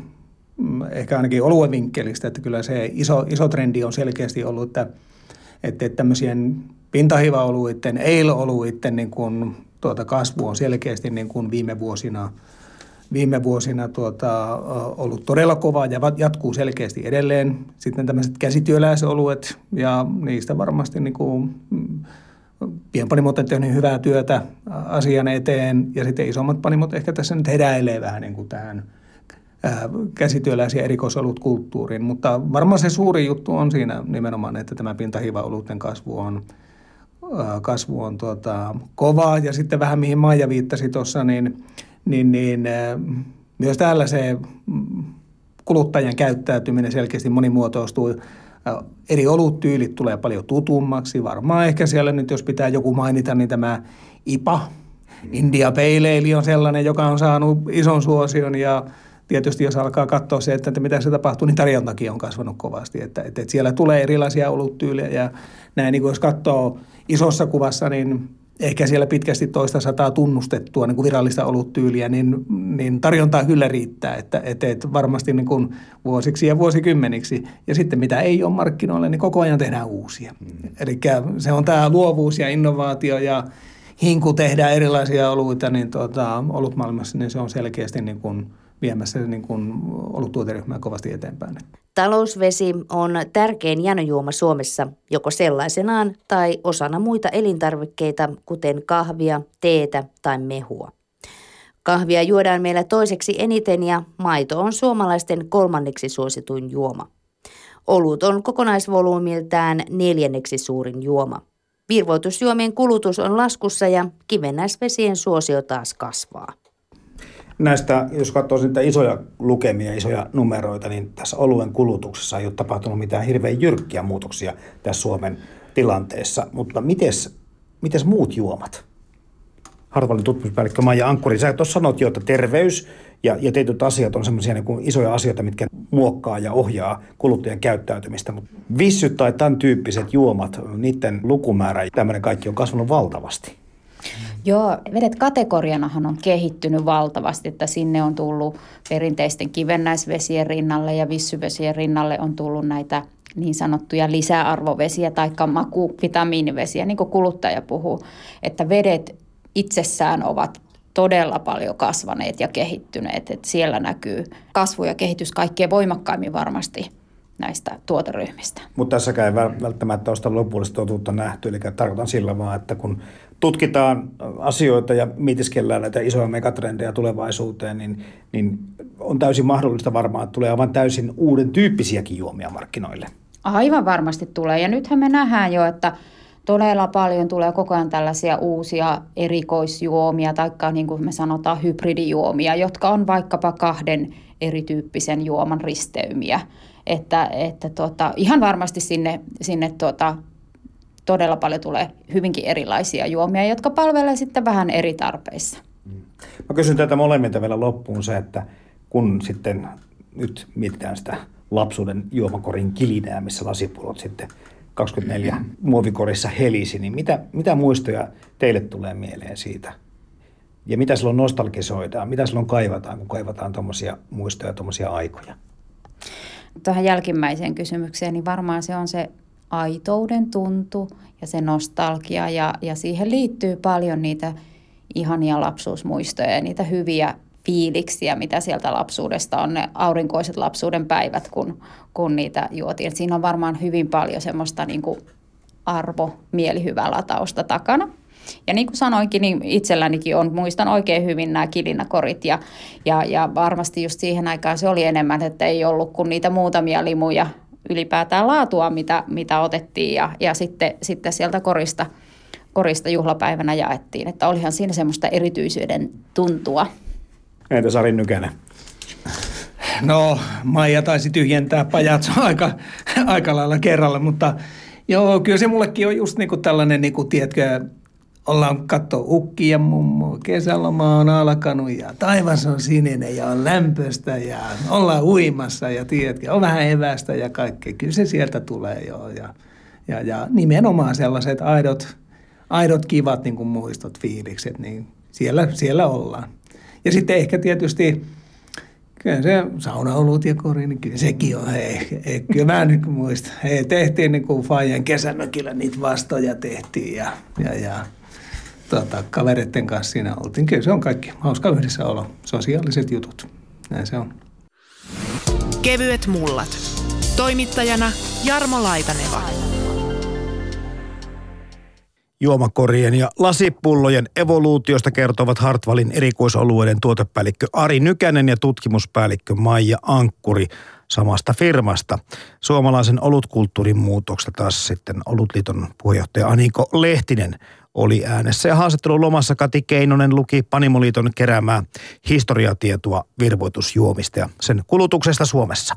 ehkä ainakin oluen vinkkelistä, että kyllä se iso, iso trendi on selkeästi ollut, että, että tämmöisien pintahiiva-oluiden, ale-oluiden niin kuin tuota kasvu on selkeästi niin kuin viime vuosina, viime vuosina tuota, ollut todella kova ja jatkuu selkeästi edelleen. Sitten tämmöiset käsityöläisoluet ja niistä varmasti niin kuin pienpanimot on tehnyt hyvää työtä asian eteen ja sitten isommat panimot ehkä tässä nyt heräilee vähän niin kuin tähän käsityöläis- ja erikoisolutkulttuuriin. Mutta varmaan se suuri juttu on siinä nimenomaan, että tämä pintahiiva-oluiden kasvu on kasvu on tuota, kovaa ja sitten vähän mihin Maija viittasi tuossa, niin, niin, niin myös täällä se kuluttajan käyttäytyminen selkeästi monimuotoistuu. Eri oluttyylit tulee paljon tutummaksi. Varmaan ehkä siellä nyt, jos pitää joku mainita, niin tämä I P A, India Pale Ale on sellainen, joka on saanut ison suosion ja tietysti jos alkaa katsoa se, että mitä se tapahtuu, niin tarjontakin on kasvanut kovasti. Että, että siellä tulee erilaisia oluttyylejä ja näin, niin kuin jos katsoo isossa kuvassa, niin ehkä siellä pitkästi toista sataa tunnustettua niin kuin virallista oluttyyliä, niin, niin tarjontaa kyllä riittää, että, että, että varmasti niin kuin vuosiksi ja vuosikymmeniksi. Ja sitten mitä ei ole markkinoille, niin koko ajan tehdään uusia. Mm. Eli se on tämä luovuus ja innovaatio ja hinku tehdään erilaisia oluita, niin tuota, olutmaailmassa niin se on selkeästi niin kuin viemässä niin kuin oluttuoteryhmää kovasti eteenpäin. Talousvesi on tärkein janojuoma Suomessa, joko sellaisenaan tai osana muita elintarvikkeita, kuten kahvia, teetä tai mehua. Kahvia juodaan meillä toiseksi eniten ja maito on suomalaisten kolmanneksi suosituin juoma. Olut on kokonaisvolyymiltään neljänneksi suurin juoma. Virvoitusjuomien kulutus on laskussa ja kivennäisvesien suosio taas kasvaa. Näistä, jos katsoo niitä isoja lukemia, isoja numeroita, niin tässä oluen kulutuksessa ei ole tapahtunut mitään hirveän jyrkkiä muutoksia tässä Suomen tilanteessa. Mutta mites, mites muut juomat? Hartwallin tutkimuspäällikkö Maija Ankkuri, sä tuossa sanot jo, että terveys ja, ja tietyt asiat on semmoisia niin kuin isoja asioita, mitkä muokkaa ja ohjaa kuluttajan käyttäytymistä. Mutta vissyt tai tämän tyyppiset juomat, niiden lukumäärä ja tämmöinen kaikki on kasvanut valtavasti. Joo, vedet kategorianahan on kehittynyt valtavasti, että sinne on tullut perinteisten kivennäisvesien rinnalle ja vissyvesien rinnalle on tullut näitä niin sanottuja lisäarvovesiä tai makuvitamiinivesiä, niin kuin kuluttaja puhuu, että vedet itsessään ovat todella paljon kasvaneet ja kehittyneet, että siellä näkyy kasvu ja kehitys kaikkein voimakkaimmin varmasti näistä tuoteryhmistä. Mutta tässäkään ei välttämättä ole sitä lopullista totuutta nähty, eli tarkoitan sillä vaan, että kun tutkitaan asioita ja mietiskellään näitä isoja megatrendejä tulevaisuuteen, niin, niin on täysin mahdollista varmaan, että tulee aivan täysin uuden tyyppisiäkin juomia markkinoille. Aivan varmasti tulee, ja nythän me nähdään jo, että todella paljon tulee koko ajan tällaisia uusia erikoisjuomia, tai niin kuin me sanotaan hybridijuomia, jotka on vaikkapa kahden erityyppisen juoman risteymiä. Että, että tota, ihan varmasti sinne, sinne tota, todella paljon tulee hyvinkin erilaisia juomia, jotka palvelevat sitten vähän eri tarpeissa. Mä kysyn tätä molemmilta vielä loppuun se, että kun sitten nyt mietitään sitä lapsuuden juomakorin kilinää, missä lasipullot sitten kaksikymmentäneljä muovikorissa helisi, niin mitä, mitä muistoja teille tulee mieleen siitä? Ja mitä silloin nostalgisoidaan? Mitä silloin kaivataan, kun kaivataan tuommoisia muistoja, tuommoisia aikoja? Tähän jälkimmäiseen kysymykseen, niin varmaan se on se aitouden tuntu ja se nostalgia. Ja, ja siihen liittyy paljon niitä ihania lapsuusmuistoja ja niitä hyviä fiiliksiä, mitä sieltä lapsuudesta on, ne aurinkoiset lapsuuden päivät, kun, kun niitä juotiin. Siinä on varmaan hyvin paljon semmoista niin kuin arvo, mielihyvää latausta takana. Ja niin kuin sanoinkin, niin itsellänikin on, muistan oikein hyvin nämä kilinäkorit ja, ja, ja varmasti just siihen aikaan se oli enemmän, että ei ollut kuin niitä muutamia limuja ylipäätään laatua, mitä, mitä otettiin ja, ja sitten, sitten sieltä korista, korista juhlapäivänä jaettiin, että olihan siinä semmoista erityisyyden tuntua. Entä Sari Nykänen? No, Maija taisi tyhjentää pajatso aika, aika lailla kerralla, mutta joo, kyllä se mullekin on just niinku tällainen, niinku, tiedätkö, ollaan katsoa ukki ja mummo, kesäloma on alkanut ja taivas on sininen ja on lämpöistä ja ollaan uimassa ja tiedätkö, on vähän evästä ja kaikkea. Kyllä se sieltä tulee joo ja, ja, ja nimenomaan sellaiset aidot, aidot kivat niin kuin muistot, fiilikset, niin siellä, siellä ollaan. Ja sitten ehkä tietysti kyllä se saunaolut ja kori, niin kyllä sekin on, hei, hei kyllä mä nyt muistan. Hei, tehtiin niin kuin Fajan kesämökillä niitä vastoja tehtiin ja, ja, ja tota, kavereiden kanssa siinä oltiin. Kyllä se on kaikki hauska yhdessä olo, sosiaaliset jutut, näin se on. Kevyet mullat. Toimittajana Jarmo Laitaneva. Juomakorien ja lasipullojen evoluutiosta kertovat Hartwallin erikoisoluiden tuotepäällikkö Ari Nykänen ja tutkimuspäällikkö Maija Ankkuri samasta firmasta. Suomalaisen olutkulttuurin muutoksesta taas sitten Olutliiton puheenjohtaja Aniko Lehtinen oli äänessä ja haastattelun lomassa Kati Keinonen luki Panimoliiton keräämää historiatietoa virvoitusjuomista ja sen kulutuksesta Suomessa.